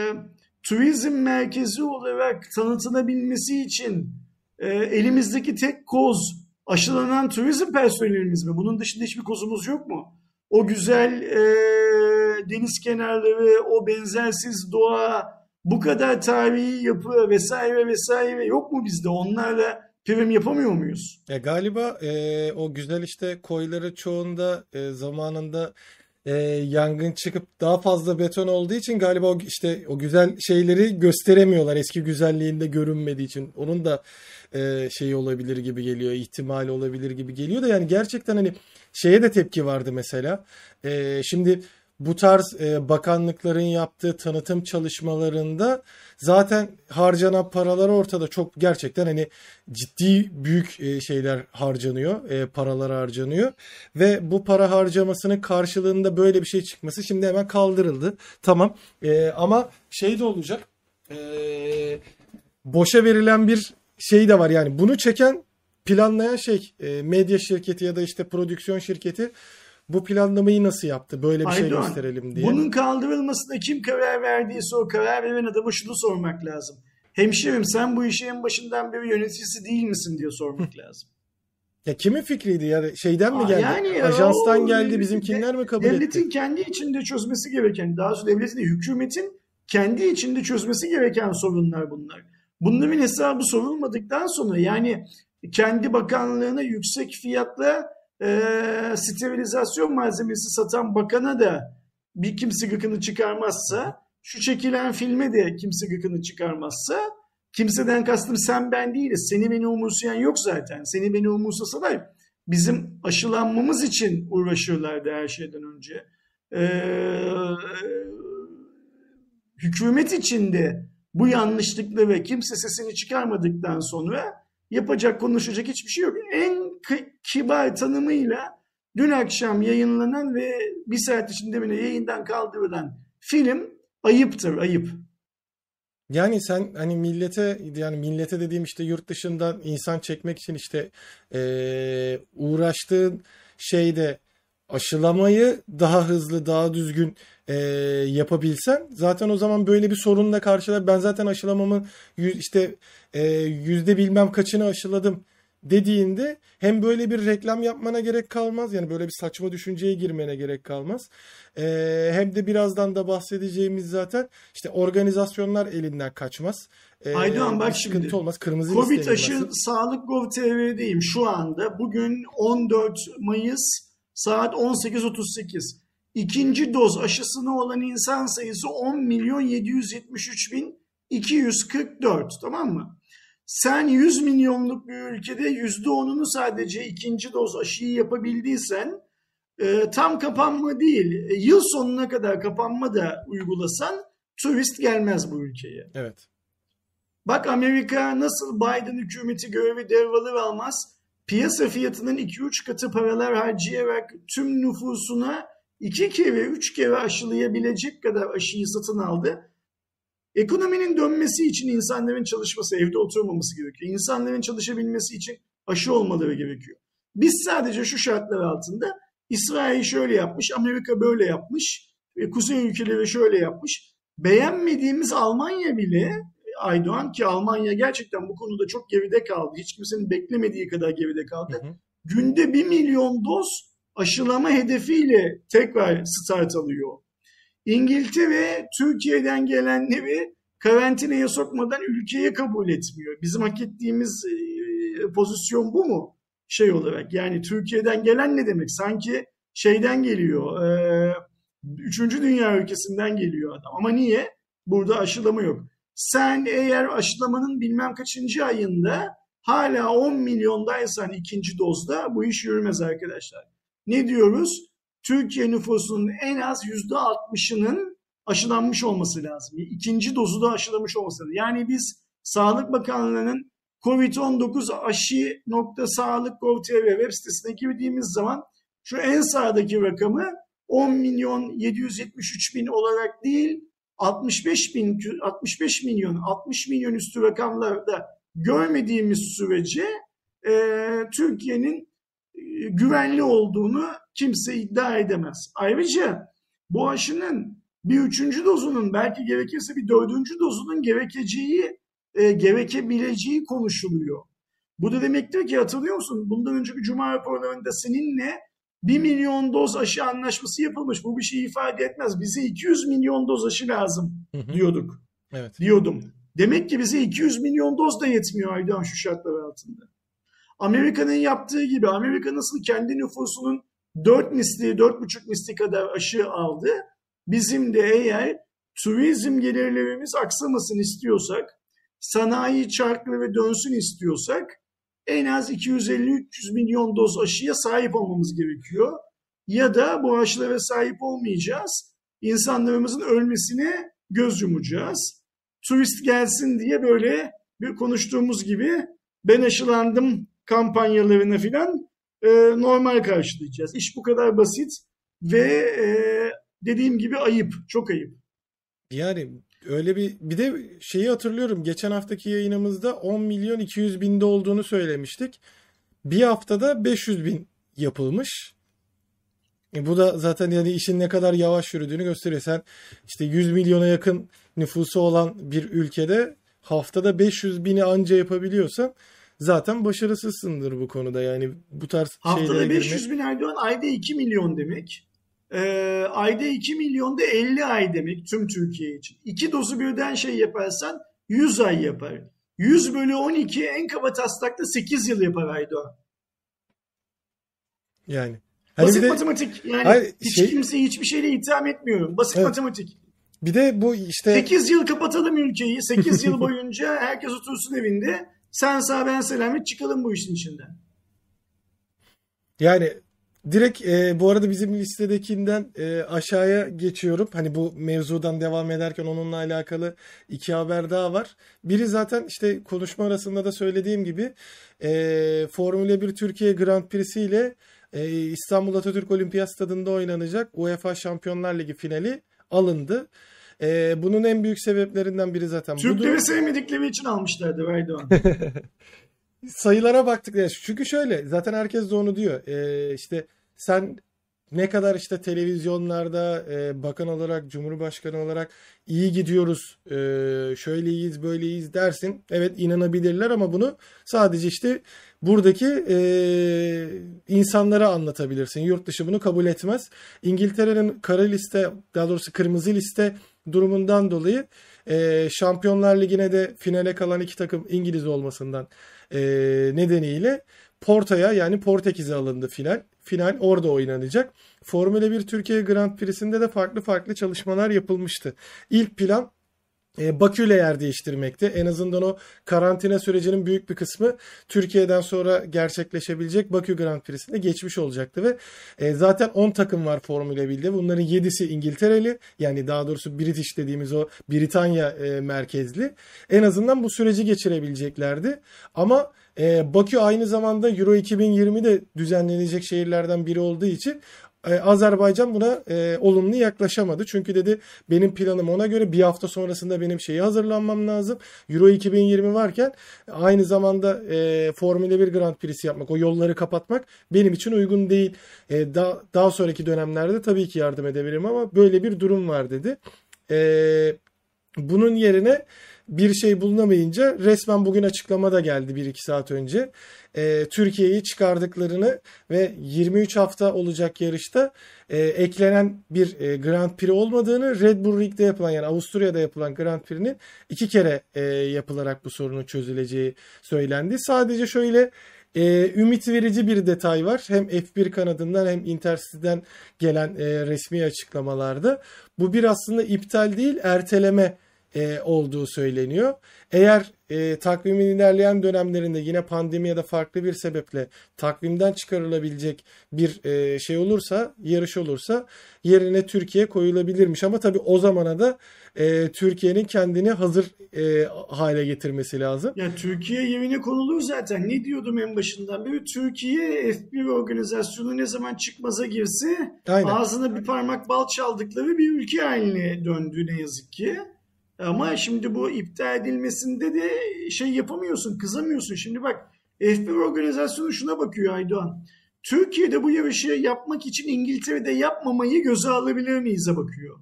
Speaker 2: turizm merkezi olarak tanıtılabilmesi için e, elimizdeki tek koz aşılanan turizm personelimiz mi? Bunun dışında hiçbir kozumuz yok mu? O güzel e, deniz kenarları, o benzersiz doğa, bu kadar tarihi yapı vesaire vesaire yok mu bizde? Onlarla prim yapamıyor muyuz?
Speaker 1: Ya galiba e, o güzel işte koyları çoğunda e, zamanında e, yangın çıkıp daha fazla beton olduğu için galiba o işte o güzel şeyleri gösteremiyorlar, eski güzelliğinde görünmediği için. Onun da e, şeyi olabilir gibi geliyor, ihtimali olabilir gibi geliyor da yani gerçekten hani şeye de tepki vardı mesela. E, şimdi bu tarz e, bakanlıkların yaptığı tanıtım çalışmalarında zaten harcanan paralar ortada. Çok gerçekten hani ciddi büyük e, şeyler harcanıyor, e, paralar harcanıyor ve bu para harcamasının karşılığında böyle bir şey çıkması şimdi hemen kaldırıldı. Tamam, E, ama şey de olacak. E, boşa verilen bir şey de var yani bunu çeken, planlayan şey e, medya şirketi ya da işte prodüksiyon şirketi bu planlamayı nasıl yaptı? Böyle bir şey
Speaker 2: Aydoğan,
Speaker 1: gösterelim diye.
Speaker 2: bunun kaldırılmasına kim karar verdiyse o karar veren adama şunu sormak lazım. Hemşerim, sen bu işin en başından beri yöneticisi değil misin diye sormak lazım.
Speaker 1: Ya kimin fikriydi ya? Şeyden mi
Speaker 2: Aa,
Speaker 1: geldi?
Speaker 2: yani
Speaker 1: Ajanstan
Speaker 2: o,
Speaker 1: geldi, bizimkinler mi kabul
Speaker 2: devletin
Speaker 1: etti?
Speaker 2: kendi içinde çözmesi gereken, daha doğrusu devletin değil, hükümetin kendi içinde çözmesi gereken sorunlar bunlar. Bunların hesabı sorulmadıktan sonra, yani kendi bakanlığına yüksek fiyatla e, sterilizasyon malzemesi satan bakana da bir kimse gıkını çıkarmazsa, şu çekilen filme de kimse gıkını çıkarmazsa, kimseden kastım sen ben değiliz. Seni beni umursayan yok zaten. Seni beni umursasalar bizim aşılanmamız için uğraşıyorlardı her şeyden önce. Ee, hükümet içinde bu yanlışlıkla ve kimse sesini çıkarmadıktan sonra yapacak, konuşacak hiçbir şey yok. En kibar tanımıyla dün akşam yayınlanan ve bir saat içinde bile yayından kaldırılan film ayıptır, ayıp.
Speaker 1: Yani sen hani millete, yani millete dediğim işte yurt dışından insan çekmek için işte eee uğraştığın şeyde aşılamayı daha hızlı, daha düzgün eee, yapabilsen zaten o zaman böyle bir sorunla karşılar. Ben zaten aşılamamı yüz, işte eee, yüzde bilmem kaçını aşıladım dediğinde hem böyle bir reklam yapmana gerek kalmaz. Yani böyle bir saçma düşünceye girmene gerek kalmaz. Eee, hem de birazdan da bahsedeceğimiz zaten işte organizasyonlar elinden kaçmaz. Eee,
Speaker 2: Aydoğan
Speaker 1: bir
Speaker 2: bak
Speaker 1: sıkıntı
Speaker 2: şimdi.
Speaker 1: olmaz. Kırmızı
Speaker 2: Covid
Speaker 1: listeye
Speaker 2: aşı
Speaker 1: girmezsin.
Speaker 2: sağlık nokta gov nokta tr'deyim şu anda. Bugün on dört Mayıs saat on sekiz otuz sekiz. İkinci doz aşısına olan insan sayısı on milyon yedi yüz yetmiş üç bin iki yüz kırk dört, tamam mı? Sen yüz milyonluk bir ülkede yüzde onunu sadece ikinci doz aşıyı yapabildiysen, e, tam kapanma değil, e, yıl sonuna kadar kapanma da uygulasan turist gelmez bu ülkeye.
Speaker 1: Evet.
Speaker 2: Bak Amerika nasıl Biden hükümeti görevi devralır almaz piyasa fiyatının iki üç katı paralar harcayarak tüm nüfusuna iki kere üç kere aşılayabilecek kadar aşıyı satın aldı. Ekonominin dönmesi için insanların çalışması, evde oturmaması gerekiyor. İnsanların çalışabilmesi için aşı olmaları gerekiyor. Biz sadece şu şartlar altında İsrail şöyle yapmış, Amerika böyle yapmış, Kuzey ülkeleri şöyle yapmış. Beğenmediğimiz Almanya bile, Aydoğan, ki Almanya gerçekten bu konuda çok geride kaldı. Hiç kimsenin beklemediği kadar geride kaldı. Hı hı. Günde bir milyon doz aşılama hedefiyle tekrar start alıyor. İngiltere Türkiye'den gelenleri karantinaya sokmadan ülkeye kabul etmiyor. Bizim hak ettiğimiz e, pozisyon bu mu? Şey olarak, yani Türkiye'den gelen ne demek? Sanki şeyden geliyor, e, üçüncü dünya ülkesinden geliyor adam. Ama niye? Burada aşılama yok. Sen eğer aşılamanın bilmem kaçıncı ayında hala on milyondaysan ikinci dozda bu iş yürümez arkadaşlar. Ne diyoruz? Türkiye nüfusunun en az yüzde altmışının aşılanmış olması lazım. İkinci dozu da aşılamış olması lazım. Yani biz Sağlık Bakanlığı'nın kovid on dokuz aşı nokta sağlık nokta gov nokta tr web sitesine girdiğimiz zaman şu en sağdaki rakamı on milyon yedi yüz yetmiş üç bin olarak değil, altmış beş bin, altmış beş milyon, altmış milyon üstü rakamlarda görmediğimiz sürece e, Türkiye'nin e, güvenli olduğunu kimse iddia edemez. Ayrıca bu aşının bir üçüncü dozunun, belki gerekirse bir dördüncü dozunun gerekeceği, e, gerekebileceği konuşuluyor. Bu da demektir ki, hatırlıyor musun? Bundan önceki Cuma raporlarında seninle bir milyon doz aşı anlaşması yapılmış. Bu bir şey ifade etmez. Bize iki yüz milyon doz aşı lazım diyorduk.
Speaker 1: Evet.
Speaker 2: Diyordum. Demek ki bize iki yüz milyon doz da yetmiyor Aydoğan şu şartlar altında. Amerika'nın yaptığı gibi, Amerika nasıl kendi nüfusunun dört misli, dört buçuk misli kadar aşı aldı. Bizim de eğer turizm gelirlerimiz aksamasın istiyorsak, sanayi çarklı ve dönsün istiyorsak en az iki yüz elli üç yüz milyon doz aşıya sahip olmamız gerekiyor. ya da bu aşılara sahip olmayacağız. İnsanlarımızın ölmesine göz yumacağız. Turist gelsin diye böyle bir konuştuğumuz gibi ben aşılandım kampanyalarını filan e, normal karşılayacağız. İş bu kadar basit ve e, dediğim gibi ayıp, çok ayıp.
Speaker 1: Yani öyle bir bir de şeyi hatırlıyorum. Geçen haftaki yayınımızda on milyon iki yüz binde olduğunu söylemiştik. Bir haftada beş yüz bin yapılmış. E bu da zaten yani işin ne kadar yavaş yürüdüğünü gösteriyor. Sen işte yüz milyona yakın nüfusu olan bir ülkede haftada beş yüz bini anca yapabiliyorsan zaten başarısızsındır bu konuda. Yani bu tarz şeylere
Speaker 2: Haftada
Speaker 1: girmek.
Speaker 2: beş yüz bin Erdoğan ayda iki milyon demek. Ee, ayda iki milyon da elli ay demek tüm Türkiye için. İki dozu birden şey yaparsan yüz ay yapar. yüz bölü on iki en kaba taslakta sekiz yıl yapar Erdoğan.
Speaker 1: Yani. Hani
Speaker 2: Basit
Speaker 1: bir de,
Speaker 2: matematik. Yani
Speaker 1: hayır,
Speaker 2: hiç
Speaker 1: şey,
Speaker 2: kimseyi hiçbir şeyle itham etmiyorum. Basit
Speaker 1: evet.
Speaker 2: matematik.
Speaker 1: Bir de bu işte
Speaker 2: sekiz yıl kapatalım ülkeyi. sekiz yıl boyunca herkes otursun evinde. Sen sağ ben selamet çıkalım bu işin içinden.
Speaker 1: yani direkt e, bu arada bizim listedekinden e, aşağıya geçiyorum. Hani bu mevzudan devam ederken onunla alakalı iki haber daha var. Biri zaten işte konuşma arasında da söylediğim gibi e, Formula bir Türkiye Grand Prix'si ile e, İstanbul Atatürk Olimpiyat Stadında oynanacak UEFA Şampiyonlar Ligi finali alındı. E, bunun en büyük sebeplerinden biri zaten budur.
Speaker 2: Türkleri sevmedikleri için almışlardı Erdoğan.
Speaker 1: Sayılara baktık. Yani çünkü şöyle zaten herkes de onu diyor. Ee, işte sen ne kadar işte televizyonlarda e, bakan olarak, cumhurbaşkanı olarak iyi gidiyoruz, e, şöyle iyiyiz, böyle iyiyiz dersin. Evet inanabilirler ama bunu sadece işte buradaki e, insanlara anlatabilirsin. Yurt dışı bunu kabul etmez. İngiltere'nin kara liste, daha doğrusu kırmızı liste durumundan dolayı e, Şampiyonlar Ligi'ne de finale kalan iki takım İngiliz olmasından e, nedeniyle Porto'ya yani Portekiz'e alındı final. Final orada oynanacak. Formula bir Türkiye Grand Prix'sinde de farklı farklı çalışmalar yapılmıştı. İlk plan e, Bakü'yle yer değiştirmekti. En azından o karantina sürecinin büyük bir kısmı Türkiye'den sonra gerçekleşebilecek Bakü Grand Prix'sinde geçmiş olacaktı ve e, zaten on takım var Formula birde. Bunların yedisi İngiltereli, yani daha doğrusu British dediğimiz o Britanya e, merkezli. En azından bu süreci geçirebileceklerdi. Ama e, Bakü aynı zamanda Euro iki bin yirmide düzenlenecek şehirlerden biri olduğu için Azerbaycan buna e, olumlu yaklaşamadı. Çünkü dedi benim planım ona göre, bir hafta sonrasında benim şeyi hazırlanmam lazım. Euro iki bin yirmi varken aynı zamanda e, Formula bir Grand Prix'si yapmak, o yolları kapatmak benim için uygun değil. E, daha, daha sonraki dönemlerde tabii ki yardım edebilirim ama böyle bir durum var dedi. E, bunun yerine bir şey bulunamayınca resmen bugün açıklama da geldi bir iki saat önce. Ee, Türkiye'yi çıkardıklarını ve yirmi üç hafta olacak yarışta e, eklenen bir e, Grand Prix olmadığını, Red Bull Ring'de yapılan yani Avusturya'da yapılan Grand Prix'nin iki kere e, yapılarak bu sorunun çözüleceği söylendi. Sadece şöyle e, ümit verici bir detay var. Hem F bir kanadından hem Intercity'den gelen e, resmi açıklamalarda. Bu bir aslında iptal değil, erteleme E, olduğu söyleniyor. Eğer e, takvimin ilerleyen dönemlerinde yine pandemi ya da farklı bir sebeple takvimden çıkarılabilecek bir e, şey olursa, yarış olursa yerine Türkiye koyulabilirmiş. Ama tabii o zamana da e, Türkiye'nin kendini hazır e, hale getirmesi lazım.
Speaker 2: Ya Türkiye yerine konulur zaten. Ne diyordum en başından beri? Türkiye F bir organizasyonu ne zaman çıkmaza girse Aynen. ağzına bir parmak bal çaldıkları bir ülke haline döndü ne yazık ki. Ama şimdi bu iptal edilmesinde de şey yapamıyorsun, kızamıyorsun. Şimdi bak F bir organizasyonu şuna bakıyor Aydoğan. Türkiye'de bu yarışı yapmak için İngiltere'de yapmamayı göze alabilir miyiz'e bakıyor.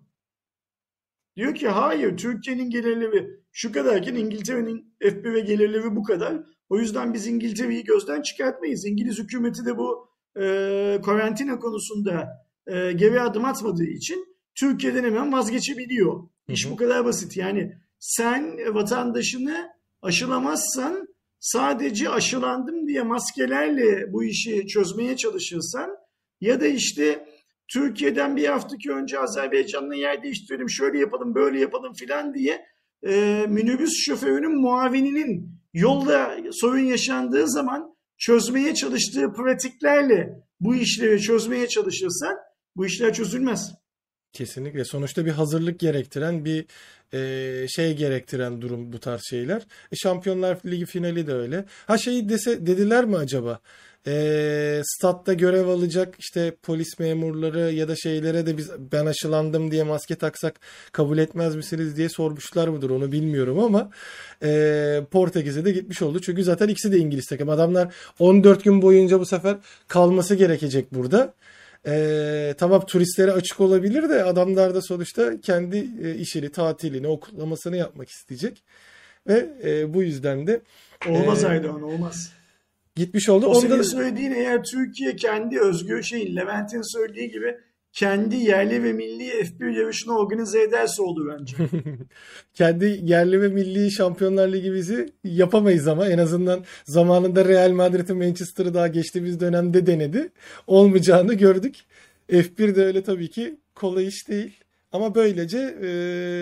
Speaker 2: Diyor ki hayır, Türkiye'nin gelirleri şu kadarken İngiltere'nin F bir'e gelirleri bu kadar. O yüzden biz İngiltere'yi gözden çıkartmayız. İngiliz hükümeti de bu e, karantina konusunda e, geri adım atmadığı için Türkiye'den hemen vazgeçebiliyor. İş bu kadar basit. Yani sen vatandaşını aşılamazsan, sadece aşılandım diye maskelerle bu işi çözmeye çalışırsan ya da işte Türkiye'den bir haftaki önce Azerbaycan'la yer değiştirelim, şöyle yapalım, böyle yapalım filan diye e, minibüs şoförünün muavininin yolda sorun yaşandığı zaman çözmeye çalıştığı pratiklerle bu işleri çözmeye çalışırsan bu işler çözülmez.
Speaker 1: Kesinlikle. Sonuçta bir hazırlık gerektiren, bir e, şey gerektiren durum bu tarz şeyler. E, Şampiyonlar Ligi finali de öyle. Ha şeyi dese, dediler mi acaba? E, statta görev alacak işte polis memurları ya da şeylere de biz ben aşılandım diye maske taksak kabul etmez misiniz diye sormuşlar mıdır onu bilmiyorum ama e, Portekiz'e de gitmiş oldu. Çünkü zaten ikisi de İngiliz takım. Adamlar on dört gün boyunca bu sefer kalması gerekecek burada. Ee, tamam turistlere açık olabilir de adamlar da sonuçta kendi e, işini, tatilini, okullamasını yapmak isteyecek. Ve e, bu yüzden de
Speaker 2: Olmaz
Speaker 1: e,
Speaker 2: Aydoğan, olmaz.
Speaker 1: gitmiş oldu.
Speaker 2: O senin
Speaker 1: Onda
Speaker 2: söylediğin eğer Türkiye kendi özgür şeyin, Levent'in söylediği gibi kendi yerli ve milli F bir yarışını organize ederse olur bence.
Speaker 1: kendi yerli ve milli Şampiyonlar Ligi bizi yapamayız ama en azından zamanında Real Madrid'in Manchester'ı daha geçtiğimiz dönemde denedi. Olmayacağını gördük. F bir de öyle tabii ki kolay iş değil. Ama böylece e,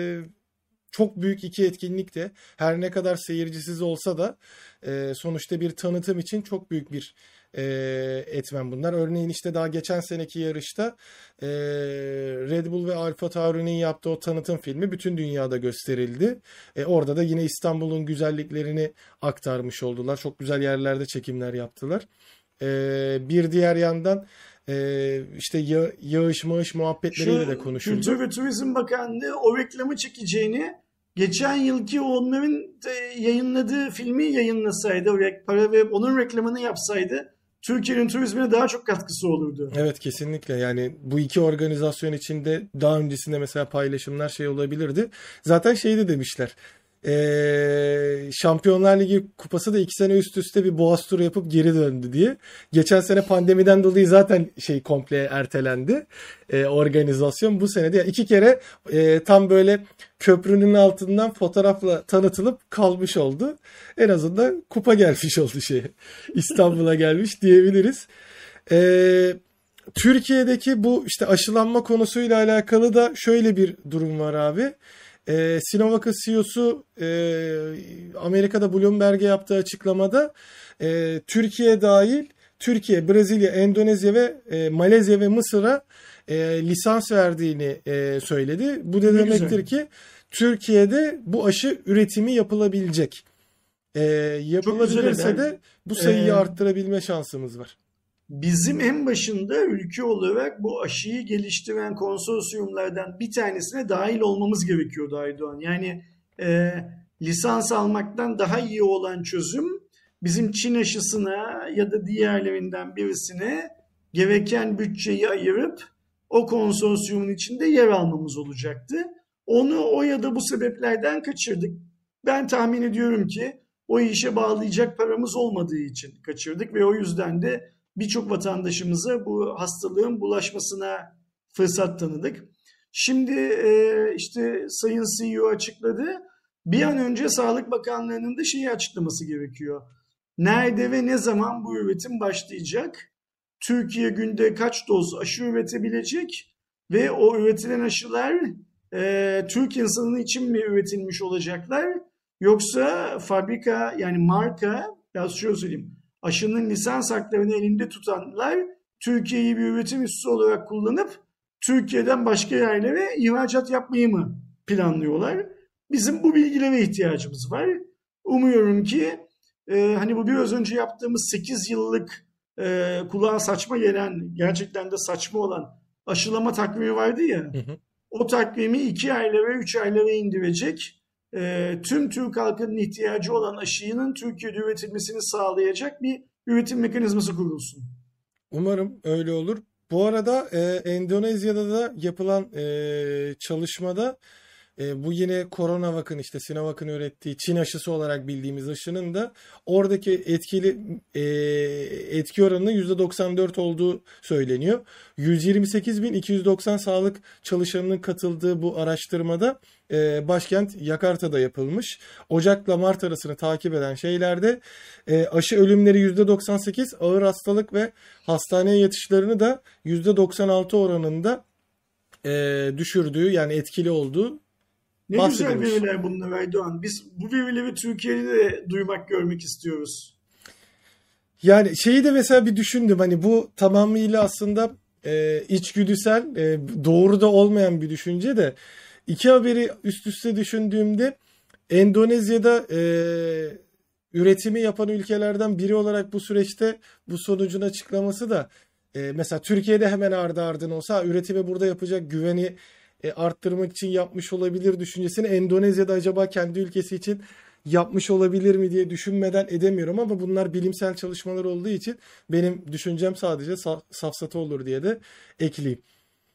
Speaker 1: çok büyük iki etkinlik de her ne kadar seyircisiz olsa da e, sonuçta bir tanıtım için çok büyük bir e, etmen bunlar. Örneğin işte daha geçen seneki yarışta e, Red Bull ve AlphaTauri'nin yaptığı o tanıtım filmi bütün dünyada gösterildi. E, orada da yine İstanbul'un güzelliklerini aktarmış oldular. Çok güzel yerlerde çekimler yaptılar. E, bir diğer yandan e, işte yağ, yağış mağış muhabbetleriyle de konuşuldu.
Speaker 2: Kültür ve Turizm Bakanlığı o reklamı çekeceğini geçen yılki onların yayınladığı filmi yayınlasaydı, para ve onun reklamını yapsaydı Türkiye'nin turizmine daha çok katkısı olurdu.
Speaker 1: Evet kesinlikle yani bu iki organizasyon içinde daha öncesinde mesela paylaşımlar şey olabilirdi. Zaten şey de demişler. Ee, Şampiyonlar Ligi kupası da iki sene üst üste bir Boğaz turu yapıp geri döndü diye. Geçen sene pandemiden dolayı zaten şey komple ertelendi ee, organizasyon. Bu sene de yani iki kere e, tam böyle köprünün altından fotoğrafla tanıtılıp kalmış oldu. En azından kupa gelmiş oldu şey. İstanbul'a gelmiş diyebiliriz. Ee, Türkiye'deki bu işte aşılanma konusuyla alakalı da şöyle bir durum var abi. Ee, Sinovac'ın C E O'su e, Amerika'da Bloomberg'e yaptığı açıklamada e, Türkiye dahil Türkiye, Brezilya, Endonezya ve e, Malezya ve Mısır'a e, lisans verdiğini e, söyledi. Bu da
Speaker 2: Ne
Speaker 1: demektir
Speaker 2: güzel.
Speaker 1: ki Türkiye'de bu aşı üretimi yapılabilecek. E,
Speaker 2: Çok güzel
Speaker 1: yapılabilirse
Speaker 2: haber.
Speaker 1: de bu sayıyı
Speaker 2: Ee,
Speaker 1: arttırabilme şansımız var.
Speaker 2: Bizim en başında ülke olarak bu aşıyı geliştiren konsorsiyumlardan bir tanesine dahil olmamız gerekiyordu Aydoğan. Yani e, lisans almaktan daha iyi olan çözüm bizim Çin aşısına ya da diğerlerinden birisine gereken bütçeyi ayırıp o konsorsiyumun içinde yer almamız olacaktı. Onu o ya da bu sebeplerden kaçırdık. Ben tahmin ediyorum ki o işe bağlayacak paramız olmadığı için kaçırdık ve o yüzden de birçok vatandaşımıza bu hastalığın bulaşmasına fırsat tanıdık. Şimdi e, işte Sayın C E O açıkladı. Bir an önce Sağlık Bakanlığı'nın da şeyi açıklaması gerekiyor. Nerede ve ne zaman bu üretim başlayacak? Türkiye günde kaç doz aşı üretebilecek? Ve o üretilen aşılar e, Türk insanı için mi üretilmiş olacaklar? Yoksa fabrika yani marka, biraz şöyle söyleyeyim. Aşının lisans haklarını elinde tutanlar Türkiye'yi bir üretim üssü olarak kullanıp Türkiye'den başka yerlere ihracat yapmayı mı planlıyorlar? Bizim bu bilgilere ihtiyacımız var. Umuyorum ki e, hani bu biraz önce yaptığımız sekiz yıllık e, kulağa saçma gelen, gerçekten de saçma olan aşılama takvimi vardı ya. Hı hı. O takvimi iki aylara, üç aylara indirecek. E, tüm Türk halkının ihtiyacı olan aşının Türkiye'de üretilmesini sağlayacak bir üretim mekanizması kurulsun.
Speaker 1: Umarım öyle olur. Bu arada e, Endonezya'da da yapılan e, çalışmada e, bu yine CoronaVac'ın işte Sinovac'ın ürettiği Çin aşısı olarak bildiğimiz aşının da oradaki etkili e, etki oranının yüzde doksan dört olduğu söyleniyor. yüz yirmi sekiz bin iki yüz doksan sağlık çalışanının katıldığı bu araştırmada e, başkent Jakarta'da yapılmış. Ocak'la Mart arasını takip eden şeylerde e, aşı ölümleri yüzde doksan sekiz, ağır hastalık ve hastaneye yatışlarını da yüzde doksan altı oranında e, düşürdüğü yani etkili olduğu
Speaker 2: ne güzel veriler bunlar Aydoğan. Biz bu verileri Türkiye'de de duymak, görmek istiyoruz.
Speaker 1: Yani şeyi de mesela bir düşündüm, hani bu tamamıyla aslında e, içgüdüsel, e, doğru da olmayan bir düşünce de, iki haberi üst üste düşündüğümde Endonezya'da e, üretimi yapan ülkelerden biri olarak bu süreçte bu sonucun açıklaması da e, mesela Türkiye'de hemen ardı ardına olsa üretimi burada yapacak, güveni e, arttırmak için yapmış olabilir düşüncesini Endonezya'da acaba kendi ülkesi için yapmış olabilir mi diye düşünmeden edemiyorum, ama bunlar bilimsel çalışmalar olduğu için benim düşüncem sadece sa- safsata olur diye de ekleyeyim.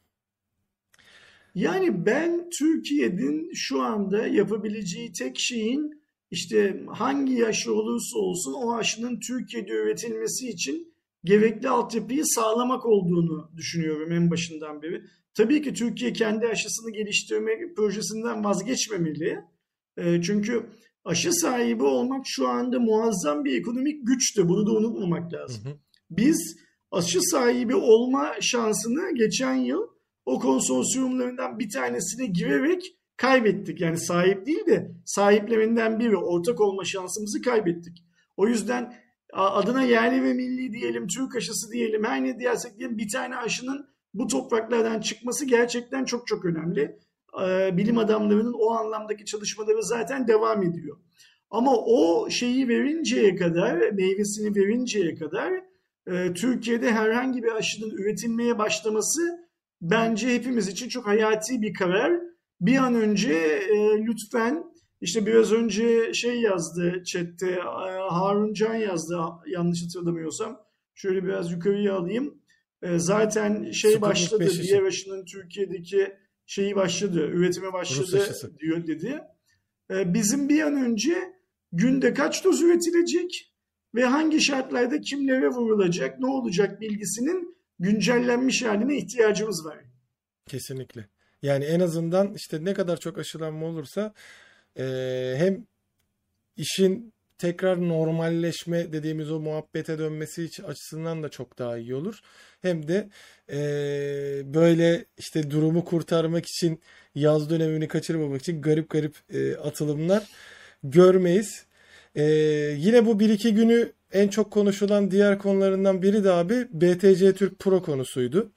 Speaker 2: Yani ben Türkiye'nin şu anda yapabileceği tek şeyin işte hangi yaşı olursa olsun o aşının Türkiye'de üretilmesi için gerekli altyapıyı sağlamak olduğunu düşünüyorum en başından beri. Tabii ki Türkiye kendi aşısını geliştirme projesinden vazgeçmemeli. E, çünkü aşı sahibi olmak şu anda muazzam bir ekonomik güçtü. Bunu da unutmamak
Speaker 1: Hı
Speaker 2: lazım.
Speaker 1: hı.
Speaker 2: Biz aşı sahibi olma şansını geçen yıl o konsorsiyumlarından bir tanesine girerek kaybettik. Yani sahip değil de sahiplerinden biri, ortak olma şansımızı kaybettik. O yüzden adına yerli ve milli diyelim, Türk aşısı diyelim, her ne diyersek diyelim, bir tane aşının bu topraklardan çıkması gerçekten çok çok önemli. Bilim adamlarının o anlamdaki çalışmaları zaten devam ediyor. Ama o şeyi verinceye kadar, meyvesini verinceye kadar Türkiye'de herhangi bir aşının üretilmeye başlaması bence hepimiz için çok hayati bir karar. Bir an önce e, lütfen, işte biraz önce şey yazdı chatte, e, Harun Can yazdı yanlış hatırlamıyorsam. Şöyle biraz yukarıya alayım. E, zaten şey
Speaker 1: Sputnik
Speaker 2: başladı,
Speaker 1: beş
Speaker 2: diğer
Speaker 1: için.
Speaker 2: aşının Türkiye'deki şeyi başladı, üretime
Speaker 1: Rus
Speaker 2: başladı
Speaker 1: aşısı.
Speaker 2: diyor dedi. E, bizim bir an önce günde kaç doz üretilecek ve hangi şartlarda kimlere vurulacak, ne olacak bilgisinin güncellenmiş haline ihtiyacımız var.
Speaker 1: Kesinlikle. Yani en azından işte ne kadar çok aşılanma olursa e, hem işin tekrar normalleşme dediğimiz o muhabbete dönmesi için açısından da çok daha iyi olur. Hem de e, böyle işte durumu kurtarmak için, yaz dönemini kaçırmamak için garip garip e, atılımlar görmeyiz. E, Yine bu bir iki günü en çok konuşulan diğer konularından biri de abi B T C Türk Pro konusuydu.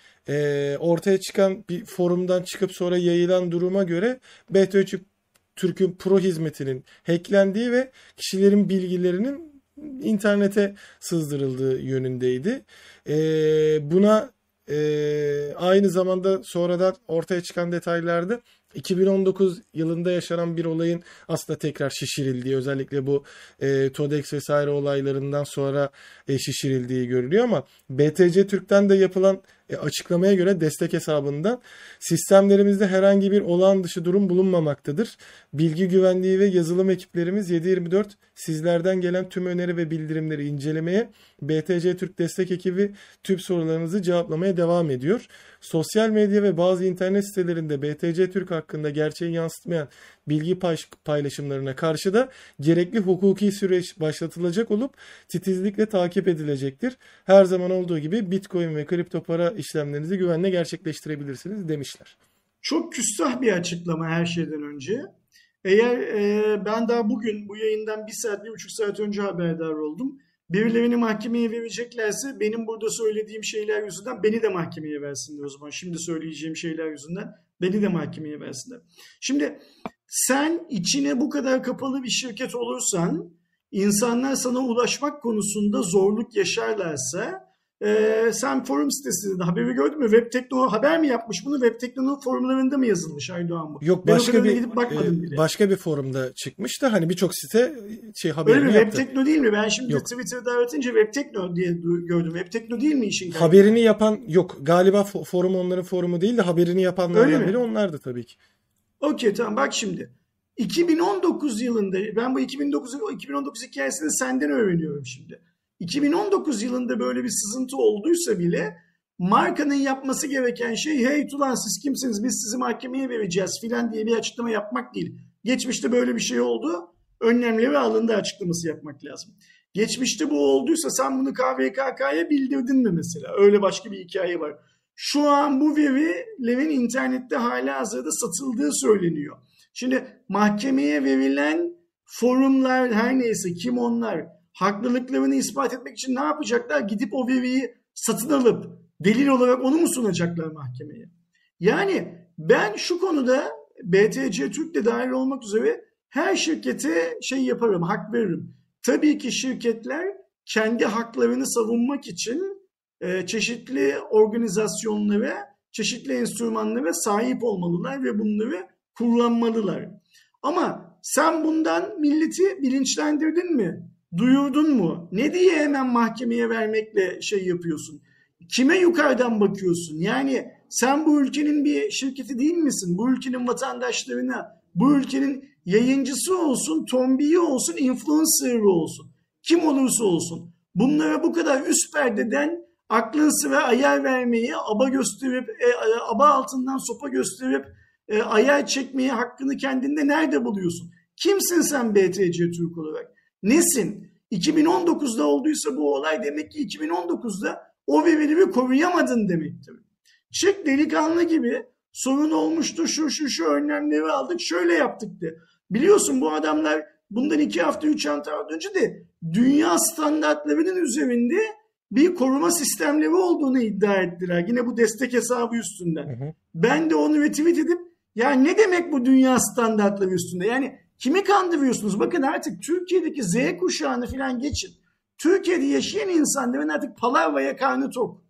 Speaker 1: E, ortaya çıkan bir forumdan çıkıp sonra yayılan duruma göre B T C Türk'ün Pro hizmetinin hacklendiği ve kişilerin bilgilerinin internete sızdırıldığı yönündeydi. E, buna e, aynı zamanda sonradan ortaya çıkan detaylarda iki bin on dokuz yılında yaşanan bir olayın aslında tekrar şişirildiği, özellikle bu e, Todex vesaire olaylarından sonra e, şişirildiği görülüyor, ama B T C Türk'ten de yapılan e, açıklamaya göre destek hesabından sistemlerimizde herhangi bir olağan dışı durum bulunmamaktadır. Bilgi güvenliği ve yazılım ekiplerimiz yedi yirmi dört sizlerden gelen tüm öneri ve bildirimleri incelemeye, B T C Türk destek ekibi tüm sorularınızı cevaplamaya devam ediyor. Sosyal medya ve bazı internet sitelerinde B T C Türk hakkında gerçeği yansıtmayan bilgi paylaşımlarına karşı da gerekli hukuki süreç başlatılacak olup titizlikle takip edilecektir. Her zaman olduğu gibi Bitcoin ve kripto para işlemlerinizi güvenle gerçekleştirebilirsiniz demişler.
Speaker 2: Çok küstah bir açıklama her şeyden önce. Eğer e, ben daha bugün bu yayından bir saat, bir buçuk saat önce haberdar oldum. Birilerini mahkemeye vereceklerse benim burada söylediğim şeyler yüzünden beni de mahkemeye versinler o zaman. Şimdi söyleyeceğim şeyler yüzünden beni de mahkemeye versinler. Şimdi sen içine bu kadar kapalı bir şirket olursan, insanlar sana ulaşmak konusunda zorluk yaşarlarsa, Ee, sen forum sitesinde haberi gördün mü? Web Tekno haber mi yapmış bunu? Web Tekno'nun forumlarında mı yazılmış Aydoğan bu?
Speaker 1: Yok,
Speaker 2: Ben o
Speaker 1: başka
Speaker 2: kadarına
Speaker 1: bir
Speaker 2: gidip bakmadım bile.
Speaker 1: e, başka bir forumda çıkmış da hani birçok site şey
Speaker 2: Öyle mi?
Speaker 1: haberini
Speaker 2: Web
Speaker 1: yaptı.
Speaker 2: Tekno değil mi? Ben şimdi
Speaker 1: Yok.
Speaker 2: Twitter'da aratınca Web Tekno diye du- gördüm. Web Tekno değil mi işin kaynağı?
Speaker 1: Haberini yapan yok. Galiba fo- forum onların forumu değil de haberini
Speaker 2: Öyle
Speaker 1: yapanlardan
Speaker 2: mi?
Speaker 1: biri onlardı tabii ki.
Speaker 2: Okey, tamam, bak şimdi. iki bin on dokuz yılında, ben bu iki bin dokuz, iki bin on dokuz hikayesini senden öğreniyorum şimdi. iki bin on dokuz yılında böyle bir sızıntı olduysa bile markanın yapması gereken şey, hey ulan siz kimsiniz, biz sizi mahkemeye vereceğiz filan diye bir açıklama yapmak değil. Geçmişte böyle bir şey oldu, önlemleri alındı açıklaması yapmak lazım. Geçmişte bu olduysa sen bunu K V K K'ya bildirdin mi mesela? Öyle başka bir hikaye var. Şu an bu verilerin internette halihazırda satıldığı söyleniyor. Şimdi mahkemeye verilen forumlar, her neyse kim onlar, haklılıklarını ispat etmek için ne yapacaklar? Gidip o veriyi satın alıp delil olarak onu mu sunacaklar mahkemeye? Yani ben şu konuda B T C Türk de dahil olmak üzere her şirkete şey yaparım, hak veririm. Tabii ki şirketler kendi haklarını savunmak için e, çeşitli organizasyonlara, çeşitli enstrümanlara sahip olmalılar ve bunları kullanmalılar. Ama sen bundan milleti bilinçlendirdin mi? Duyurdun mu? Ne diye hemen mahkemeye vermekle şey yapıyorsun? Kime yukarıdan bakıyorsun? Yani sen bu ülkenin bir şirketi değil misin? Bu ülkenin vatandaşlarına, bu ülkenin yayıncısı olsun, tombiyi olsun, influencer'ı olsun. Kim olursa olsun. Bunlara bu kadar üst perdeden aklın sıra ayar vermeyi, aba gösterip, e, aba altından sopa gösterip e, ayar çekmeyi hakkını kendinde nerede buluyorsun? Kimsin sen B T C Türk olarak? Nesin? iki bin on dokuzda olduysa bu olay demek ki iki bin on dokuzda o verileri koruyamadın demektir. Çık delikanlı gibi sorun olmuştu, şu şu şu önlemleri aldık, şöyle yaptık de. Biliyorsun bu adamlar bundan iki hafta, üç hafta önce de dünya standartlarının üzerinde bir koruma sistemleri olduğunu iddia ettiler. Yine bu destek hesabı üstünden. Hı hı. Ben de onu retweet edip ya ne demek bu dünya standartları üstünde? Yani kimi kandırıyorsunuz? Bakın artık Türkiye'deki Z kuşağını falan geçin. Türkiye'de yaşayan insanların artık palavraya karnı tok.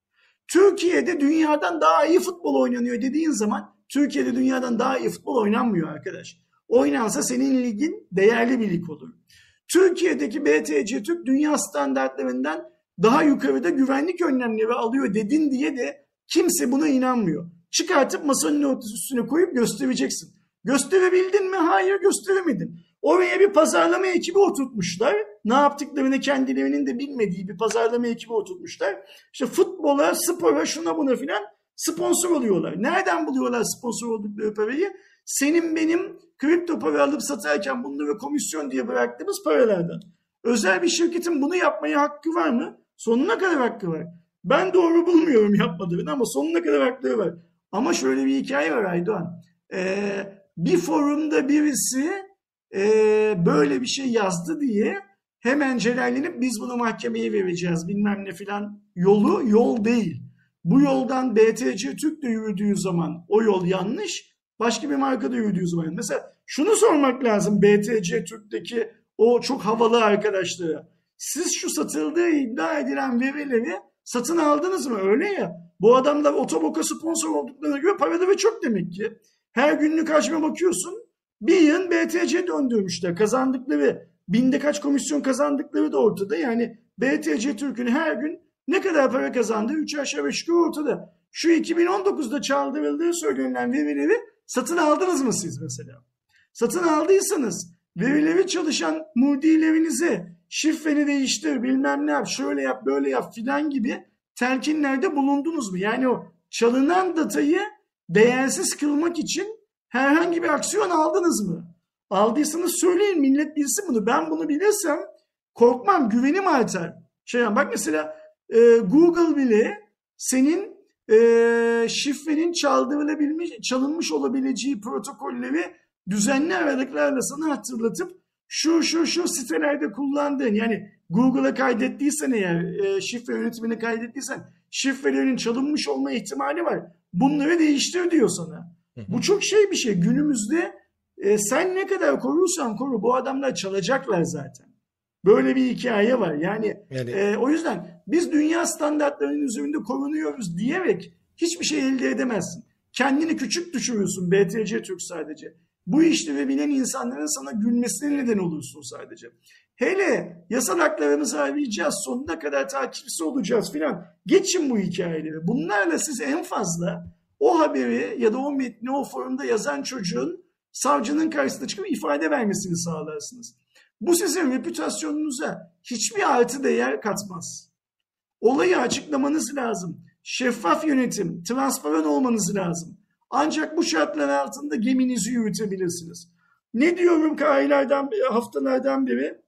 Speaker 2: Türkiye'de dünyadan daha iyi futbol oynanıyor dediğin zaman Türkiye'de dünyadan daha iyi futbol oynanmıyor arkadaş. Oynansa senin ligin değerli bir lig olur. Türkiye'deki B T C Türk dünya standartlarından daha yukarıda güvenlik önlemleri alıyor dedin diye de kimse buna inanmıyor. Çıkartıp masanın üstüne koyup göstereceksin. Gösterebildin mi? Hayır, gösteremedin. Oraya bir pazarlama ekibi oturtmuşlar. Ne yaptıklarını kendilerinin de bilmediği bir pazarlama ekibi oturtmuşlar. İşte futbola, spora, şuna buna filan sponsor oluyorlar. Nereden buluyorlar sponsor oldukları parayı? Senin benim kripto para alıp satarken bunları komisyon diye bıraktığımız paralardan. Özel bir şirketin bunu yapmaya hakkı var mı? Sonuna kadar hakkı var. Ben doğru bulmuyorum yapmadığını ama sonuna kadar hakları var. Ama şöyle bir hikaye var Aydoğan. Ee, bir forumda birisi e, böyle bir şey yazdı diye hemen celallenip biz bunu mahkemeye vereceğiz bilmem ne filan yolu yol değil. Bu yoldan B T C Türk de yürüdüğü zaman o yol yanlış. Başka bir markada yürüdüğü zaman. Mesela şunu sormak lazım B T C Türk'teki o çok havalı arkadaşlara. Siz şu satıldığı iddia edilen verileri satın aldınız mı? Öyle ya. Bu adamlar Otobok'a sponsor olduklarına göre paraları çok demek ki. Her günlük hacme bakıyorsun. Bir yıl B T C döndürmüşler. Kazandıkları, binde kaç komisyon kazandıkları da ortada. Yani B T C Türk'ün her gün ne kadar para kazandığı üç aşağı beş yukarı ortada. Şu iki bin on dokuzda çaldırıldığı söylenen verileri satın aldınız mı siz mesela? Satın aldıysanız verileri çalışan mudilerinize şifreni değiştir, bilmem ne yap, şöyle yap, böyle yap filan gibi telkinlerde bulundunuz mu? Yani o çalınan datayı değersiz kılmak için herhangi bir aksiyon aldınız mı? Aldıysanız söyleyin, millet bilsin bunu. Ben bunu bilirsem korkmam, güvenim artar. Şey, bak mesela e, Google bile senin e, şifrenin çaldırılabilmiş, çalınmış olabileceği protokolleri düzenli aralıklarla sana hatırlatıp şu şu şu sitelerde kullandığın, yani Google'a kaydettiysen eğer, e, şifre yönetimini kaydettiysen şifrelerinin çalınmış olma ihtimali var. Bunları değiştir diyor sana. Hı hı. Bu çok şey bir şey. Günümüzde e, sen ne kadar korursan koru bu adamlar çalacaklar zaten. Böyle bir hikaye var. Yani, yani... E, o yüzden biz dünya standartlarının üzerinde korunuyoruz diyerek hiçbir şey elde edemezsin. Kendini küçük düşürüyorsun B T C Türk sadece. Bu işleri bilen insanların sana gülmesine neden olursun sadece. Hele yasal haklarımızı arayacağız, sonuna kadar takipçisi olacağız filan. Geçin bu hikayeleri. Bunlarla siz en fazla o haberi ya da o metni o forumda yazan çocuğun savcının karşısına çıkıp ifade vermesini sağlarsınız. Bu sizin repütasyonunuza hiçbir artı değer katmaz. Olayı açıklamanız lazım. Şeffaf yönetim, transparan olmanız lazım. Ancak bu şartlar altında geminizi yürütebilirsiniz. Ne diyorum ki aylardan, haftalardan beri?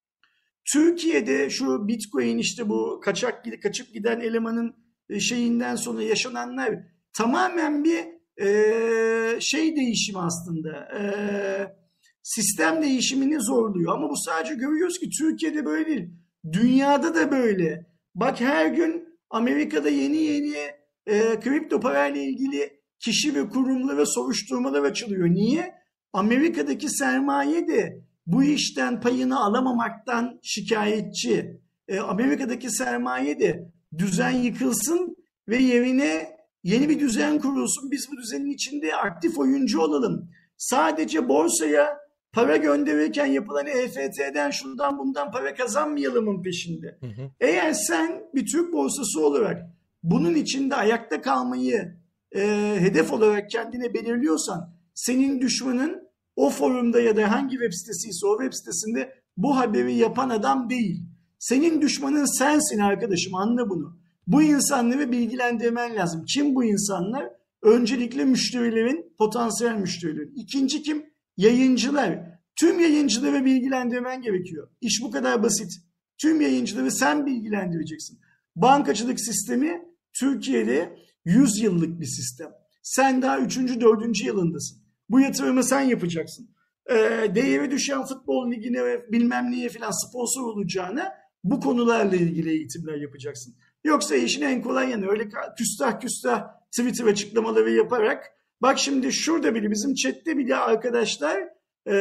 Speaker 2: Türkiye'de şu Bitcoin, işte bu kaçak kaçıp giden elemanın şeyinden sonra yaşananlar tamamen bir e, şey değişimi aslında. E, sistem değişimini zorluyor. Ama bu sadece görüyoruz ki Türkiye'de böyle değil. Dünyada da böyle. Bak her gün Amerika'da yeni yeni e, kripto parayla ilgili kişi ve kurumlara soruşturmalar açılıyor. Niye? Amerika'daki sermaye de bu işten payını alamamaktan şikayetçi. E, Amerika'daki sermaye de düzen yıkılsın ve yerine yeni bir düzen kurulsun. Biz bu düzenin içinde aktif oyuncu olalım. Sadece borsaya para gönderirken yapılan E F T'den şundan bundan para kazanmayalımın peşinde. Hı hı. Eğer sen bir Türk borsası olarak bunun içinde ayakta kalmayı e, hedef olarak kendine belirliyorsan, senin düşmanın o forumda ya da hangi web sitesiyse o web sitesinde bu haberi yapan adam değil. Senin düşmanın sensin arkadaşım, anla bunu. Bu insanları bilgilendirmen lazım. Kim bu insanlar? Öncelikle müşterilerin, potansiyel müşterilerin. İkinci kim? Yayıncılar. Tüm yayıncıları bilgilendirmen gerekiyor. İş bu kadar basit. Tüm yayıncıları sen bilgilendireceksin. Bankacılık sistemi Türkiye'de yüz yıllık bir sistem. Sen daha üçüncü dördüncü yılındasın. Bu yatırımı sen yapacaksın. Ee, değeri düşen futbol ligine ve bilmem neye filan sponsor olacağına bu konularla ilgili eğitimler yapacaksın. Yoksa işin en kolay yanı öyle küstah küstah Twitter açıklamaları yaparak, bak şimdi şurada bile bizim chatte bile arkadaşlar e,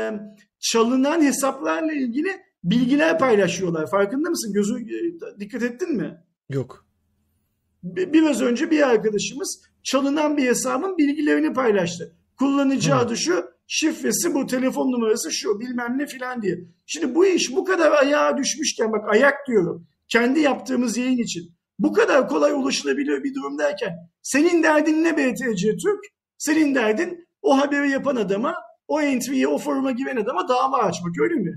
Speaker 2: çalınan hesaplarla ilgili bilgiler paylaşıyorlar. Farkında mısın? Gözü e, dikkat ettin mi?
Speaker 1: Yok.
Speaker 2: Bir, biraz önce bir arkadaşımız çalınan bir hesabın bilgilerini paylaştı. Kullanıcı Hı. adı şu, şifresi bu, telefon numarası şu, bilmem ne filan diye. Şimdi bu iş bu kadar ayağa düşmüşken, bak ayak diyorum, kendi yaptığımız yayın için bu kadar kolay ulaşılabilir bir durumdayken senin derdin ne B T C Türk? Senin derdin o haberi yapan adama, o entry'ye, o foruma giren adama dava açmak, öyle mi?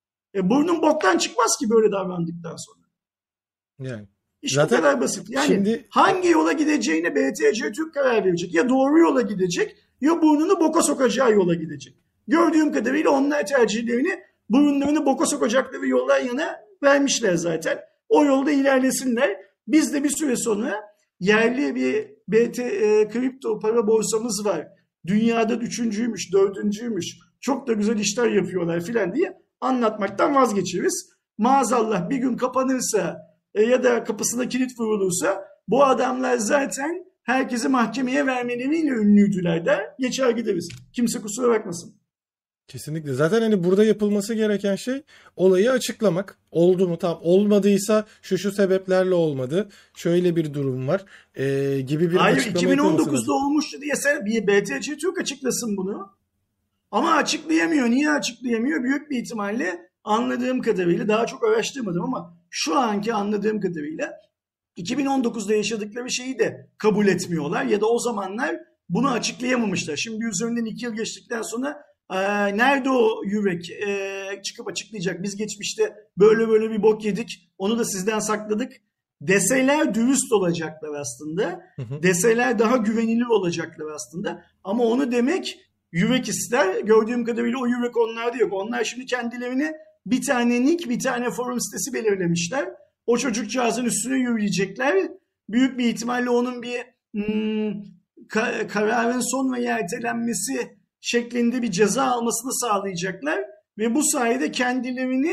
Speaker 2: E burnun boktan çıkmaz ki böyle davrandıktan sonra.
Speaker 1: Yani.
Speaker 2: İş bu kadar basit. Yani
Speaker 1: şimdi...
Speaker 2: hangi yola gideceğine B T C Türk karar verecek. Ya doğru yola gidecek ya burnunu boka sokacağı yola gidecek. Gördüğüm kadarıyla onlar tercihlerini burunlarını boka sokacakları yollar yana vermişler zaten. O yolda ilerlesinler. Biz de bir süre sonra yerli bir B T e, kripto para borsamız var. Dünyada üçüncüymüş, dördüncüymüş. Çok da güzel işler yapıyorlar filan diye anlatmaktan vazgeçeriz. Maazallah bir gün kapanırsa e, ya da kapısına kilit vurulursa bu adamlar zaten herkesi mahkemeye vermeleriyle ünlüydüler der. Geçer gideriz. Kimse kusura bakmasın.
Speaker 1: Kesinlikle. Zaten hani burada yapılması gereken şey olayı açıklamak. Oldu mu? Tamam. Olmadıysa şu şu sebeplerle olmadı. Şöyle bir durum var. Ee, gibi bir
Speaker 2: Hayır,
Speaker 1: açıklama
Speaker 2: iki bin on dokuzda olmuştu diye sen bir B T C Türk açıklasın bunu. Ama açıklayamıyor. Niye açıklayamıyor? Büyük bir ihtimalle anladığım kadarıyla, daha çok araştırmadım ama şu anki anladığım kadarıyla iki bin on dokuzda yaşadıkları şeyi de kabul etmiyorlar ya da o zamanlar bunu açıklayamamışlar. Şimdi üzerinden iki yıl geçtikten sonra Ee, nerede o yürek ee, çıkıp açıklayacak, biz geçmişte böyle böyle bir bok yedik, onu da sizden sakladık deseler dürüst olacaklar aslında. Hı hı. Deseler daha güvenilir olacaklar aslında. Ama onu demek yürek ister. Gördüğüm kadarıyla o yürek onlarda yok. Onlar şimdi kendilerine bir tane nick, bir tane forum sitesi belirlemişler. O çocukcağızın üstüne yürüyecekler. Büyük bir ihtimalle onun bir hmm, ka- kararın son veya ertelenmesi şeklinde bir ceza almasını sağlayacaklar ve bu sayede kendilerini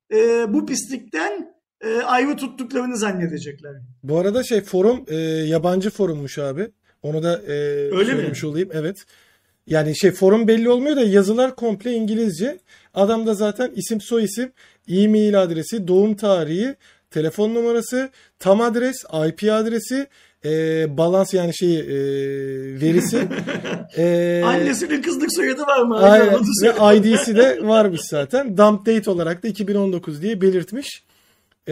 Speaker 2: e, bu pislikten e, ayrı tuttuklarını zannedecekler.
Speaker 1: Bu arada şey forum e, yabancı forummuş abi. Onu da e,
Speaker 2: Öyle
Speaker 1: söylemiş
Speaker 2: mi?
Speaker 1: olayım. Evet. Yani şey forum belli olmuyor da yazılar komple İngilizce. Adam da zaten isim soyisim, e-mail adresi, doğum tarihi, telefon numarası, tam adres, I P adresi, e, balans yani şeyi e, verisi. e,
Speaker 2: Annesinin kızlık soyadı var mı?
Speaker 1: Aynen. Ve I D'si de varmış zaten. Dump date olarak da iki bin on dokuz diye belirtmiş. E,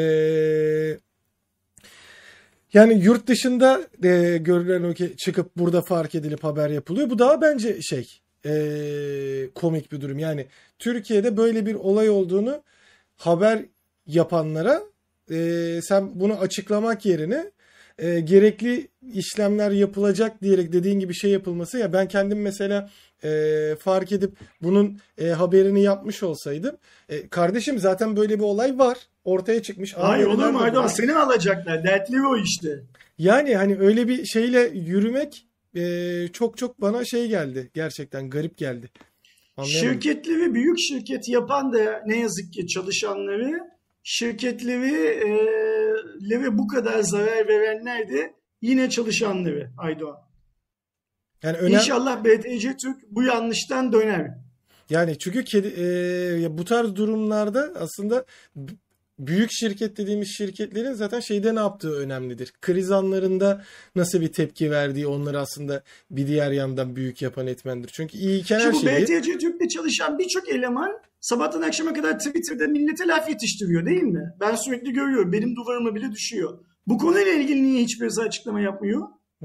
Speaker 1: yani yurt dışında e, görülen o ki çıkıp burada fark edilip haber yapılıyor. Bu daha bence şey e, komik bir durum. Yani Türkiye'de böyle bir olay olduğunu haber yapanlara e, sen bunu açıklamak yerine e, gerekli işlemler yapılacak diyerek dediğin gibi şey yapılması, ya ben kendim mesela e, fark edip bunun e, haberini yapmış olsaydım e, kardeşim zaten böyle bir olay var ortaya çıkmış.
Speaker 2: Hayır olur mu Aydoğan, seni alacaklar, dertli o işte.
Speaker 1: Yani hani öyle bir şeyle yürümek e, çok çok bana şey geldi, gerçekten garip geldi. Anlayamadım.
Speaker 2: Şirketleri büyük şirket yapan da ne yazık ki çalışanları, şirketleri e, lere bu kadar zarar verenler de yine çalışanları Aydoğan.
Speaker 1: Yani önem
Speaker 2: İnşallah B T C Türk bu yanlıştan döner.
Speaker 1: yani çünkü kedi, e, ya bu tarz durumlarda aslında b- büyük şirket dediğimiz şirketlerin zaten şeyde ne yaptığı önemlidir. Kriz anlarında nasıl bir tepki verdiği onları aslında bir diğer yandan büyük yapan etmendir. Çünkü iyiyken her
Speaker 2: Şimdi bu
Speaker 1: şey iyi.
Speaker 2: B T C Türk'te çalışan birçok eleman sabahtan akşama kadar Twitter'da millete laf yetiştiriyor değil mi? Ben sürekli görüyorum. Benim duvarıma bile düşüyor. Bu konuyla ilgili niye hiçbirisi açıklama yapmıyor?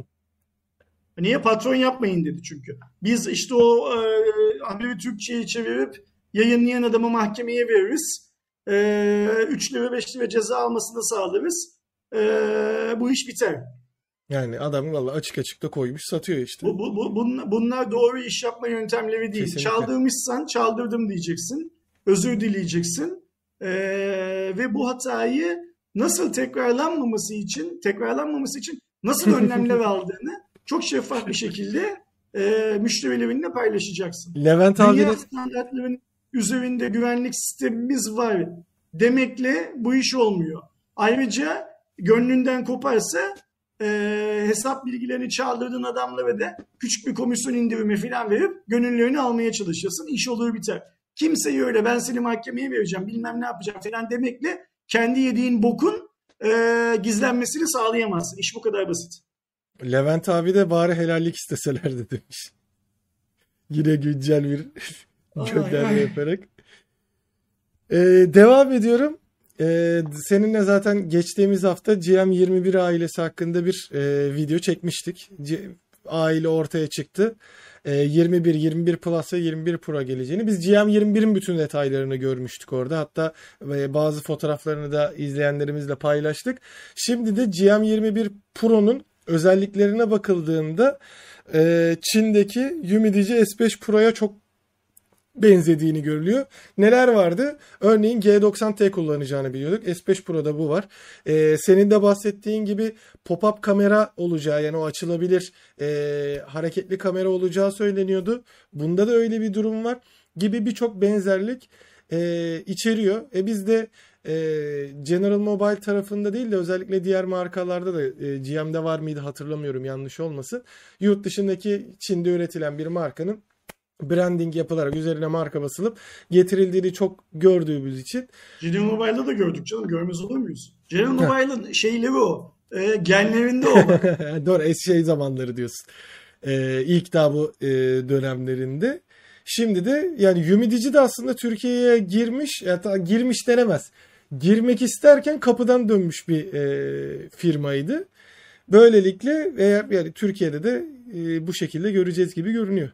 Speaker 2: Niye? Patron yapmayın dedi çünkü. Biz işte o e, haberi Türkçe'ye çevirip yayınlayan adamı mahkemeye veririz. E, üç lira beş lira ceza almasını sağlarız. E, bu iş biter.
Speaker 1: Yani adam valla açık açık da koymuş satıyor işte.
Speaker 2: Bu, bu, bu, bunlar, bunlar doğru iş yapma yöntemleri değil.
Speaker 1: Kesinlikle.
Speaker 2: Çaldırmışsan çaldırdım diyeceksin. Özür dileyeceksin. E, ve bu hatayı nasıl tekrarlanmaması için tekrarlanmaması için nasıl önlemler aldığını çok şeffaf bir şekilde e, müşterilerinle paylaşacaksın.
Speaker 1: Levent
Speaker 2: Dünya
Speaker 1: abinin
Speaker 2: standartlarının üzerinde güvenlik sistemimiz var demekle bu iş olmuyor. Ayrıca gönlünden koparsa e, hesap bilgilerini çaldırdığın adamlara da küçük bir komisyon indirimi falan verip gönüllerini almaya çalışırsın. İş olur biter. Kimseyi öyle ben seni mahkemeye vereceğim bilmem ne yapacağım falan demekle kendi yediğin bokun e, gizlenmesini sağlayamazsın. İş bu kadar basit.
Speaker 1: Levent abi de bari helallik isteselerdi demiş. Yine güncel bir gönderme
Speaker 2: ay.
Speaker 1: yaparak. Ee, devam ediyorum. Ee, seninle zaten geçtiğimiz hafta G M yirmi bir ailesi hakkında bir e, video çekmiştik. C- aile ortaya çıktı. E, yirmi bir, yirmi bir Plus ve yirmi bir Pro geleceğini. Biz G M yirmi birin bütün detaylarını görmüştük orada. Hatta e, bazı fotoğraflarını da izleyenlerimizle paylaştık. Şimdi de G M yirmi bir Pro'nun özelliklerine bakıldığında e, Çin'deki Yumidici S beş Pro'ya çok benzediğini görülüyor. Neler vardı? Örneğin G doksan T kullanacağını biliyorduk. S beş Pro'da bu var. Ee, senin de bahsettiğin gibi pop-up kamera olacağı, yani o açılabilir e, hareketli kamera olacağı söyleniyordu. Bunda da öyle bir durum var gibi birçok benzerlik e, içeriyor. E biz de e, General Mobile tarafında değil de özellikle diğer markalarda da e, G M'de var mıydı hatırlamıyorum, yanlış olmasın. Yurt dışındaki Çin'de üretilen bir markanın branding yapılarak üzerine marka basılıp getirildiğini çok gördüğümüz için.
Speaker 2: General Mobile'da da gördük canım. Görmez olur muyuz? General Mobile'ın şeyleri o. E, genlerinde o.
Speaker 1: Doğru, eski şey zamanları diyorsun. Ee, ilk daha bu e, dönemlerinde. Şimdi de yani Yumidici de aslında Türkiye'ye girmiş, ya girmiş denemez. Girmek isterken kapıdan dönmüş bir e, firmaydı. Böylelikle eğer yani Türkiye'de de e, bu şekilde göreceğiz gibi görünüyor.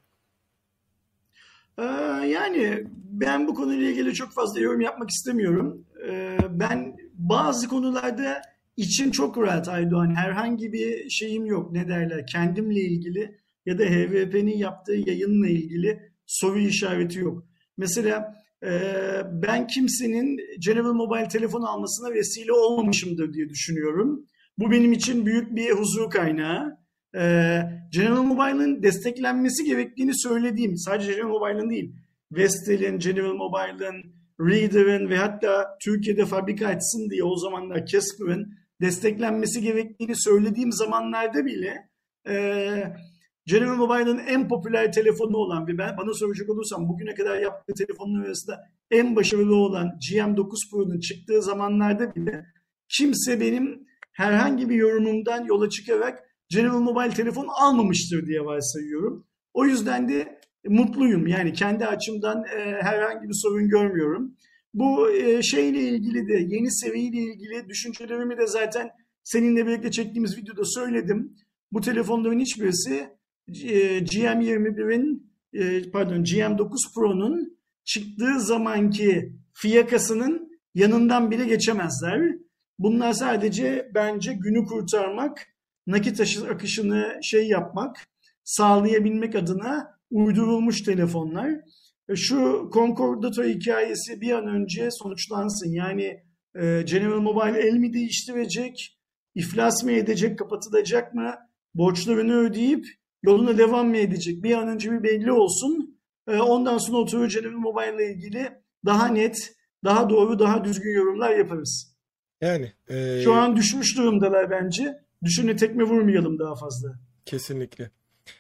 Speaker 2: Ee, yani ben bu konuyla ilgili çok fazla yorum yapmak istemiyorum. Ee, ben bazı konularda içim çok rahat Aydoğan. Herhangi bir şeyim yok. Ne derler? Kendimle ilgili ya da H V P'nin yaptığı yayınla ilgili soru işareti yok. Mesela e, ben kimsenin General Mobile telefon almasına vesile olmamışımdır diye düşünüyorum. Bu benim için büyük bir huzur kaynağı. Ee, General Mobile'ın desteklenmesi gerektiğini söylediğim, sadece General Mobile'ın değil, Vestel'in, General Mobile'ın, Reader'ın ve hatta Türkiye'de fabrika açsın diye o zamanlar Casper'ın desteklenmesi gerektiğini söylediğim zamanlarda bile e, General Mobile'ın en popüler telefonu olan ve ben bana soracak olursam bugüne kadar yaptığı telefonlar arasında en başarılı olan G M dokuz Pro'nun çıktığı zamanlarda bile kimse benim herhangi bir yorumumdan yola çıkarak General Mobile telefon almamıştır diye varsayıyorum. O yüzden de mutluyum. Yani kendi açımdan e, herhangi bir sorun görmüyorum. Bu e, şeyle ilgili de yeni seviyeyle ilgili düşüncelerimi de zaten seninle birlikte çektiğimiz videoda söyledim. Bu telefonların hiçbirisi e, G M yirmi birin e, pardon G M dokuz Pro'nun çıktığı zamanki fiyakasının yanından bile geçemezler. Bunlar sadece bence günü kurtarmak, nakit akışını şey yapmak, sağlayabilmek adına uydurulmuş telefonlar. Şu Concordato hikayesi bir an önce sonuçlansın. Yani e, General Mobile el mi değiştirecek, iflas mı edecek, kapatılacak mı, borçlarını ödeyip yoluna devam mı edecek? Bir an önce bir belli olsun. E, ondan sonra oturur Lenovo Mobile ile ilgili daha net, daha doğru, daha düzgün yorumlar yaparız.
Speaker 1: Yani e,
Speaker 2: Şu an düşmüş durumdalar bence. Düşüne tekme vurmayalım daha fazla.
Speaker 1: kesinlikle.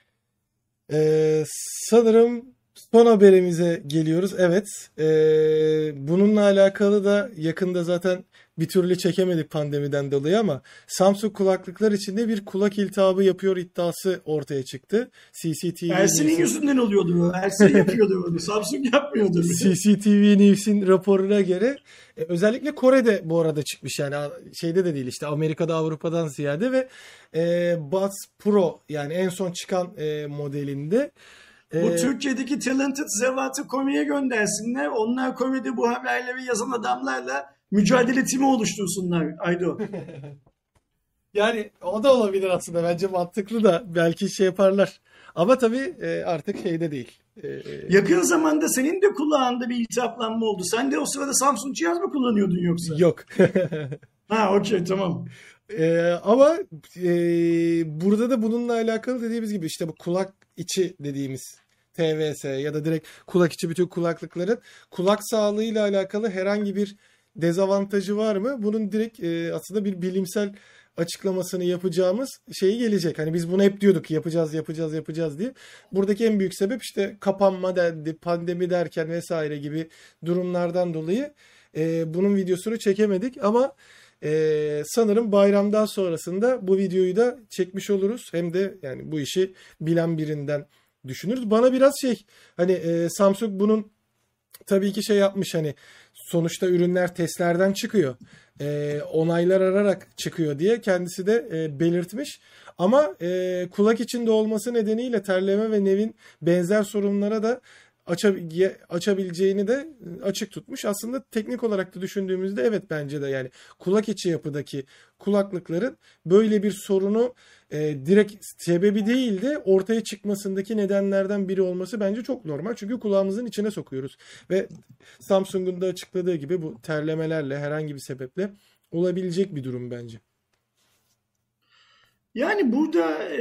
Speaker 1: E, sanırım son haberimize geliyoruz. Evet, e, bununla alakalı da yakında zaten bir türlü çekemedik pandemiden dolayı ama Samsung kulaklıklar içinde bir kulak iltihabı yapıyor iddiası ortaya çıktı. C C T V
Speaker 2: Ersin'in
Speaker 1: News'un
Speaker 2: yüzünden oluyordu bu. Ersin yapıyordu bunu. Samsung yapmıyordu.
Speaker 1: C C T V News'in raporuna göre e, özellikle Kore'de bu arada çıkmış, yani a- şeyde de değil, işte Amerika'da, Avrupa'dan ziyade ve e, Buds Pro, yani en son çıkan e, modelinde
Speaker 2: Bu
Speaker 1: e,
Speaker 2: Türkiye'deki talented zevatı Kore'ye göndersinler. Onlar Kore'de bu haberleri yazan adamlarla mücadele timi oluştursunlar Aydo.
Speaker 1: yani o da olabilir aslında, bence mantıklı da, belki şey yaparlar. Ama tabii e, artık şeyde değil. E,
Speaker 2: Yakın zamanda senin de kulağında bir iltihaplanma oldu. Sen de o sırada Samsung cihaz mı kullanıyordun yoksa?
Speaker 1: yok.
Speaker 2: Ha, okey, tamam.
Speaker 1: Ee, ama e, burada da bununla alakalı dediğimiz gibi işte bu kulak içi dediğimiz T V S ya da direkt kulak içi bütün kulaklıkların kulak sağlığıyla alakalı herhangi bir dezavantajı var mı? Bunun direkt e, aslında bir bilimsel açıklamasını yapacağımız şey gelecek. Hani biz bunu hep diyorduk, yapacağız yapacağız yapacağız diye. Buradaki en büyük sebep işte kapanma dendi, pandemi derken vesaire gibi durumlardan dolayı e, bunun videosunu çekemedik ama ee, sanırım bayramdan sonrasında bu videoyu da çekmiş oluruz. Hem de yani bu işi bilen birinden düşünürüz. Bana biraz şey, hani e, Samsung bunun tabii ki şey yapmış, hani sonuçta ürünler testlerden çıkıyor. Ee, onaylar ararak çıkıyor diye kendisi de e, belirtmiş. Ama e, kulak içinde olması nedeniyle terleme ve nevin benzer sorunlara da açab- açabileceğini de açık tutmuş. Aslında teknik olarak da düşündüğümüzde evet, bence de yani kulak içi yapıdaki kulaklıkların böyle bir sorunu e, direkt sebebi değil de ortaya çıkmasındaki nedenlerden biri olması bence çok normal. Çünkü kulağımızın içine sokuyoruz. Ve Samsung'un da açıkladığı gibi bu terlemelerle herhangi bir sebeple olabilecek bir durum bence.
Speaker 2: Yani burada e,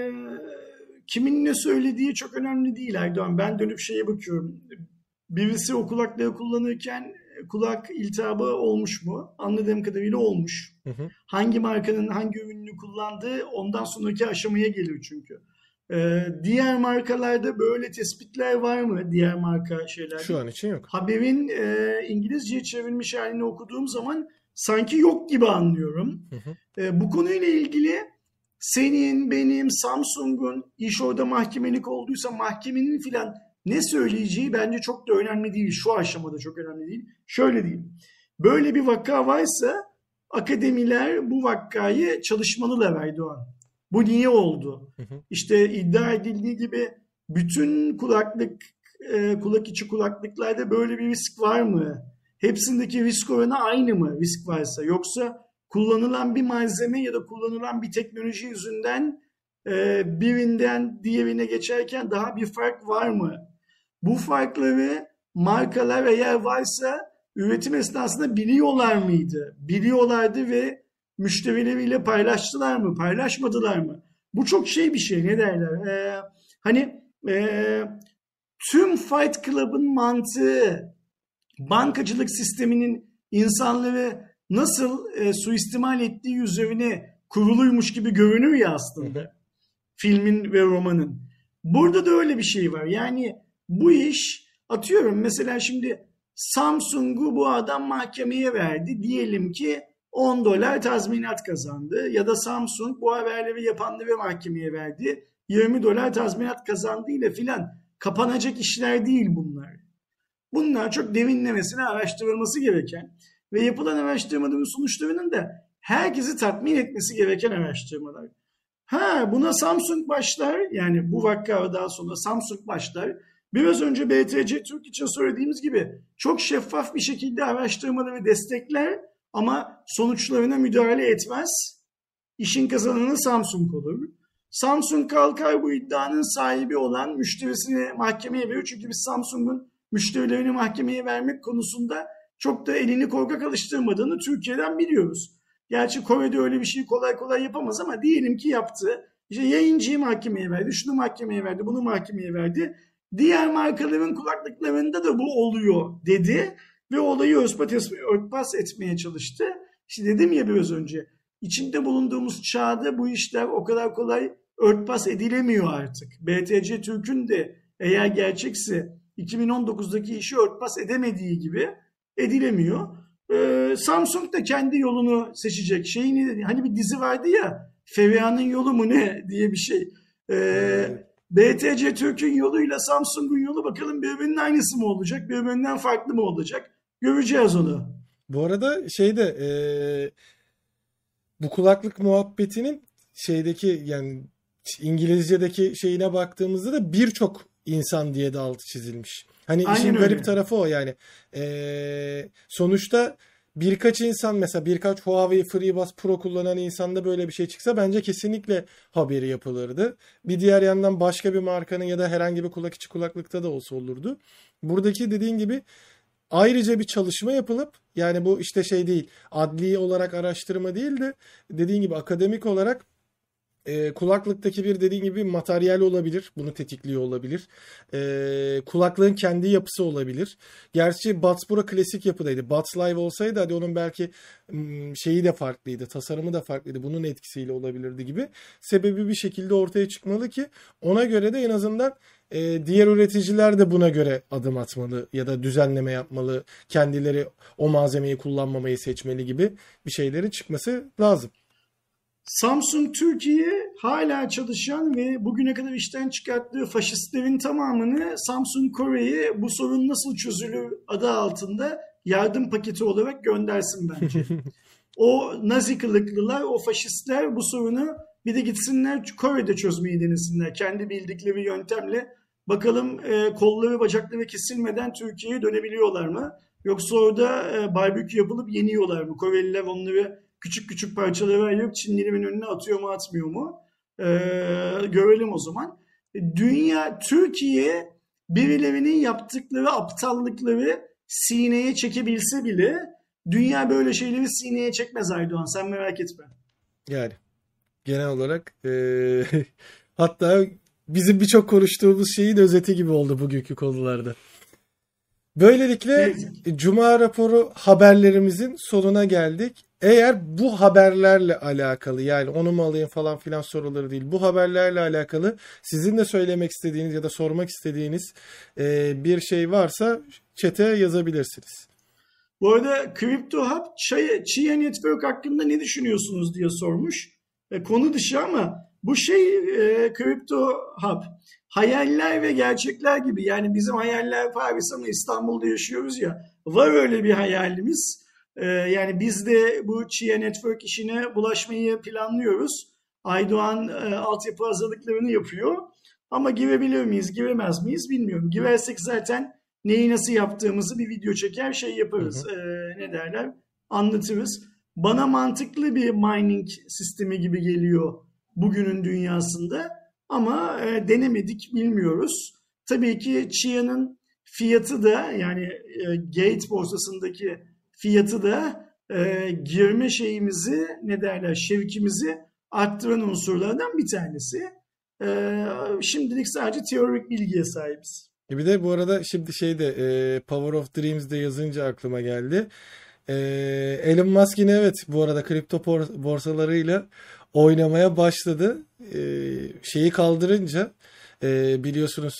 Speaker 2: kimin ne söylediği çok önemli değil Erdoğan. Ben dönüp şeye bakıyorum. Birisi o kulaklığı kullanırken kulak iltihabı olmuş mu? Anladığım kadarıyla olmuş.
Speaker 1: Hı hı.
Speaker 2: Hangi markanın hangi ürününü kullandığı ondan sonraki aşamaya gelir çünkü. Ee, diğer markalarda böyle tespitler var mı? Diğer marka şeylerde.
Speaker 1: Şu an için yok.
Speaker 2: Haberin e, İngilizceye çevrilmiş halini okuduğum zaman sanki yok gibi anlıyorum.
Speaker 1: Hı hı.
Speaker 2: E, bu konuyla ilgili senin, benim, Samsung'un iş orada mahkemelik olduysa mahkemenin filan ne söyleyeceği bence çok da önemli değil. Şu aşamada çok önemli değil. Şöyle diyeyim. Böyle bir vaka varsa akademiler bu vakayı çalışmalılar Erdoğan. Bu niye oldu?
Speaker 1: Hı hı.
Speaker 2: İşte iddia edildiği gibi bütün kulaklık, e, kulak içi kulaklıklarda böyle bir risk var mı? Hepsindeki risk oranı aynı mı risk varsa? Yoksa kullanılan bir malzeme ya da kullanılan bir teknoloji yüzünden e, birinden diğerine geçerken daha bir fark var mı? Bu farkları markalar eğer varsa üretim esnasında biliyorlar mıydı? Biliyorlardı ve müşterileriyle paylaştılar mı? Paylaşmadılar mı? Bu çok şey bir şey, ne derler? Ee, hani e, tüm Fight Club'ın mantığı bankacılık sisteminin insanları nasıl e, suistimal ettiği üzerine kuruluymuş gibi görünür ya aslında. Hı hı. Filmin ve romanın. Burada da öyle bir şey var. Yani bu iş, atıyorum mesela şimdi Samsung'u bu adam mahkemeye verdi. Diyelim ki on dolar tazminat kazandı. Ya da Samsung bu haberleri yapanları mahkemeye verdi. yirmi dolar tazminat kazandı ile filan kapanacak işler değil bunlar. Bunlar çok derinlemesine araştırılması gereken ve yapılan araştırmaların sonuçlarının da herkesi tatmin etmesi gereken araştırmalar. Ha, buna Samsung başlar, yani bu vakka daha sonra Samsung başlar. Biraz önce B T C Türk için söylediğimiz gibi çok şeffaf bir şekilde araştırmaları destekler ama sonuçlarına müdahale etmez. İşin kazananı Samsung olur. Samsung kalkar bu iddianın sahibi olan müşterisini mahkemeye verir. Çünkü biz Samsung'un müşterilerini mahkemeye vermek konusunda çok da elini korkak alıştırmadığını Türkiye'den biliyoruz. Gerçi Kore'de öyle bir şey kolay kolay yapamaz ama diyelim ki yaptı. İşte yayıncıyı mahkemeye verdi, şunu mahkemeye verdi, bunu mahkemeye verdi. Diğer markaların kulaklıklarında da bu oluyor dedi ve olayı örtbas, örtbas etmeye çalıştı. İşte dedim ya biraz önce, içinde bulunduğumuz çağda bu işler o kadar kolay örtbas edilemiyor artık. B T C Türk'ün de eğer gerçekse iki bin on dokuzdaki işi örtbas edemediği gibi edilemiyor. Ee, Samsung da kendi yolunu seçecek. Şeyini, hani bir dizi vardı ya, Feriha'nın yolu mu ne diye bir şey. Ee, B T C Türk'ün yoluyla Samsung'un yolu bakalım birbirinin aynısı mı olacak, birbirinden farklı mı olacak? Göreceğiz onu.
Speaker 1: Bu arada şeyde e, bu kulaklık muhabbetinin şeydeki yani İngilizce'deki şeyine baktığımızda da birçok insan diye de altı çizilmiş. Hani işin
Speaker 2: Aynen
Speaker 1: garip
Speaker 2: öyle.
Speaker 1: tarafı o yani. Ee, sonuçta birkaç insan, mesela birkaç Huawei FreeBuds Pro kullanan insanda böyle bir şey çıksa bence kesinlikle haberi yapılırdı. Bir diğer yandan başka bir markanın ya da herhangi bir kulak içi kulaklıkta da olsa olurdu. Buradaki dediğin gibi ayrıca bir çalışma yapılıp, yani bu işte şey değil, adli olarak araştırma değil de dediğin gibi akademik olarak e, kulaklıktaki bir dediğin gibi materyal olabilir. Bunu tetikliyor olabilir. E, kulaklığın kendi yapısı olabilir. Gerçi Buds Pro klasik yapıdaydı. Buds Live olsaydı hadi onun belki m, şeyi de farklıydı. Tasarımı da farklıydı. Bunun etkisiyle olabilirdi gibi. Sebebi bir şekilde ortaya çıkmalı ki ona göre de en azından e, diğer üreticiler de buna göre adım atmalı ya da düzenleme yapmalı. Kendileri o malzemeyi kullanmamayı seçmeli gibi bir şeylerin çıkması lazım.
Speaker 2: Samsung Türkiye hala çalışan ve bugüne kadar işten çıkarttığı faşistlerin tamamını Samsung Kore'ye bu sorun nasıl çözülür adı altında yardım paketi olarak göndersin bence. O Nazi kılıklılar, o faşistler bu sorunu bir de gitsinler Kore'de çözmeyi denesinler. Kendi bildikleri yöntemle bakalım e, kolları bacakları kesilmeden Türkiye'ye dönebiliyorlar mı? Yoksa orada e, barbekü yapılıp yeniyorlar mı? Koreliler onları küçük küçük parçalara ayırıp Çinlilerin önüne atıyor mu atmıyor mu? E, görelim o zaman. Dünya, Türkiye birilerinin yaptıkları aptallıkları sineye çekebilse bile dünya böyle şeyleri sineye çekmez Aydoğan. Sen merak etme.
Speaker 1: Yani genel olarak eee, hatta bizim birçok konuştuğumuz şeyin özeti gibi oldu bugünkü konularda. Böylelikle Cuma raporu haberlerimizin sonuna geldik. Eğer bu haberlerle alakalı, yani onu mu alayım falan filan soruları değil, bu haberlerle alakalı sizin de söylemek istediğiniz ya da sormak istediğiniz eee, bir şey varsa chat'e yazabilirsiniz.
Speaker 2: Bu arada Crypto Hub Chia Network hakkında ne düşünüyorsunuz diye sormuş. E, konu dışı ama bu şey e, Crypto Hub hayaller ve gerçekler gibi. Yani bizim hayaller Paris ama İstanbul'da yaşıyoruz ya. Var öyle bir hayalimiz. E, yani biz de bu Chia Network işine bulaşmayı planlıyoruz. Aydoğan e, altyapı hazırlıklarını yapıyor. Ama girebilir miyiz, giremez miyiz bilmiyorum. Girersek zaten neyi nasıl yaptığımızı bir video çeker şey yaparız. Hı hı. Ee, ne derler? Anlatırız. Bana mantıklı bir mining sistemi gibi geliyor bugünün dünyasında. Ama e, denemedik, bilmiyoruz. Tabii ki Chia'nın fiyatı da, yani e, Gate borsasındaki fiyatı da e, girme şeyimizi, ne derler, şevkimizi arttıran unsurlardan bir tanesi. E, şimdilik sadece teorik bilgiye sahibiz.
Speaker 1: Bir de bu arada şimdi şeyde e, Power of Dreams'de yazınca aklıma geldi. E, Elon Musk yine evet bu arada kripto borsalarıyla oynamaya başladı. E, şeyi kaldırınca e, biliyorsunuz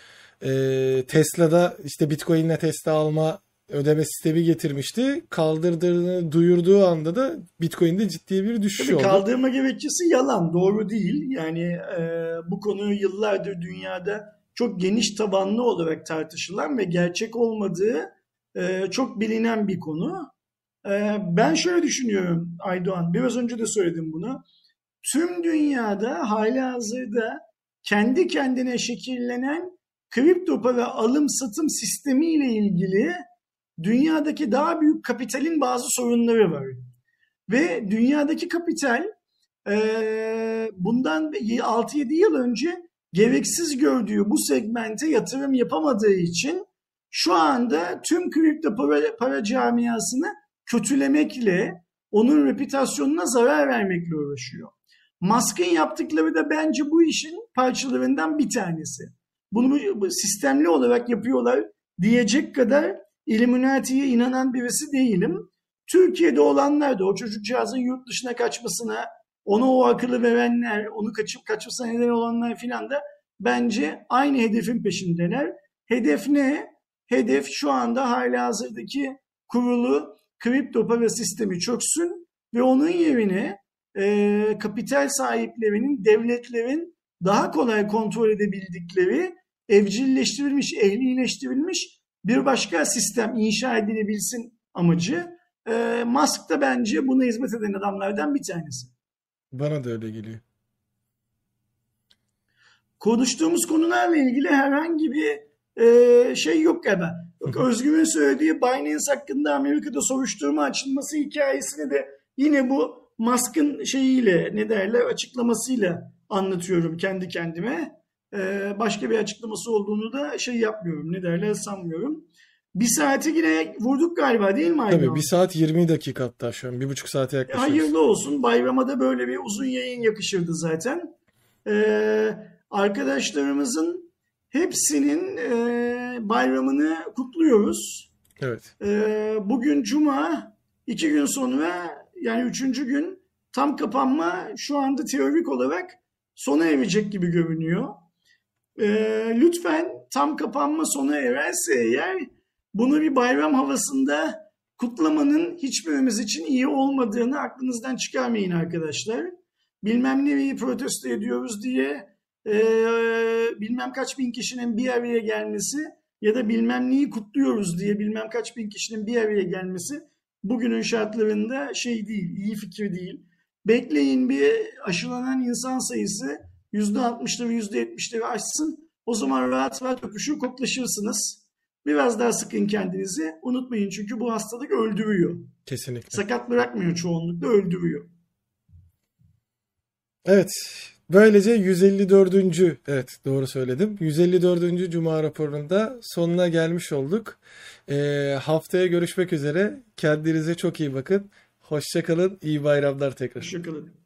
Speaker 1: e, Tesla'da işte Bitcoin'le Tesla alma ödeme sistemi getirmişti. Kaldırdığını duyurduğu anda da Bitcoin'de ciddi bir düşüş
Speaker 2: Tabii
Speaker 1: oldu.
Speaker 2: kaldırma gerekçesi yalan, doğru değil. Yani e, bu konu yıllardır dünyada çok geniş tabanlı olarak tartışılan ve gerçek olmadığı e, çok bilinen bir konu. E, ben şöyle düşünüyorum Aydoğan, biraz önce de söyledim bunu. Tüm dünyada halihazırda kendi kendine şekillenen kripto para alım satım sistemiyle ilgili dünyadaki daha büyük kapitalin bazı sorunları var. Ve dünyadaki kapital e, bundan altı yedi yıl önce gereksiz gördüğü bu segmente yatırım yapamadığı için şu anda tüm kripto para, para camiasını kötülemekle, onun reputasyonuna zarar vermekle uğraşıyor. Musk'ın yaptıkları da bence bu işin parçalarından bir tanesi. bunu sistemli olarak yapıyorlar diyecek kadar Illuminati'ye inanan birisi değilim. Türkiye'de olanlar da o çocukcağızın yurt dışına kaçmasına, ona o akıllı verenler, onu kaçıp kaçmasına neden olanlar filan da bence aynı hedefin peşindeler. Hedef ne? Hedef şu anda halihazırdaki kurulu kripto para sistemi çöksün ve onun yerine e, kapital sahiplerinin, devletlerin daha kolay kontrol edebildikleri, evcilleştirilmiş, ehlileştirilmiş bir başka sistem inşa edilebilsin amacı. E, Musk da bence buna hizmet eden adamlardan bir tanesi.
Speaker 1: Bana da öyle geliyor.
Speaker 2: Konuştuğumuz konularla ilgili herhangi bir e, şey yok galiba. Özgür'ün söylediği Binance hakkında Amerika'da soruşturma açılması hikayesini de yine bu Musk'ın şeyiyle, ne derler, açıklamasıyla anlatıyorum kendi kendime. E, başka bir açıklaması olduğunu da şey yapmıyorum, ne derler, sanmıyorum. Bir saati yine vurduk galiba, değil mi Aydın?
Speaker 1: Tabii bir saat yirmi dakika hatta şu an. Bir buçuk saate yaklaşıyoruz.
Speaker 2: Hayırlı olsun. Bayrama da böyle bir uzun yayın yakışırdı zaten. Ee, arkadaşlarımızın hepsinin e, bayramını kutluyoruz.
Speaker 1: Evet.
Speaker 2: Ee, bugün Cuma, iki gün sonra yani üçüncü gün tam kapanma şu anda teorik olarak sona erecek gibi görünüyor. Ee, lütfen tam kapanma sona ererse eğer bunu bir bayram havasında kutlamanın hiçbirimiz için iyi olmadığını aklınızdan çıkarmayın arkadaşlar. Bilmem neyi protesto ediyoruz diye e, bilmem kaç bin kişinin bir araya gelmesi ya da bilmem neyi kutluyoruz diye bilmem kaç bin kişinin bir araya gelmesi bugünün şartlarında şey değil, iyi fikir değil. Bekleyin bir aşılanan insan sayısı yüzde altmışları yüzde yetmişleri aşsın. O zaman rahat rahat öpüşür, koklaşırsınız. Biraz daha sıkın kendinizi. Unutmayın çünkü bu hastalık öldürüyor.
Speaker 1: Kesinlikle.
Speaker 2: Sakat bırakmıyor, çoğunlukla öldürüyor.
Speaker 1: Evet. Böylece yüz elli dördüncü evet doğru söyledim. yüz elli dördüncü Cuma raporunda sonuna gelmiş olduk. Ee, haftaya görüşmek üzere. Kendinize çok iyi bakın. Hoşça kalın. İyi bayramlar tekrar.
Speaker 2: Hoşça kalın.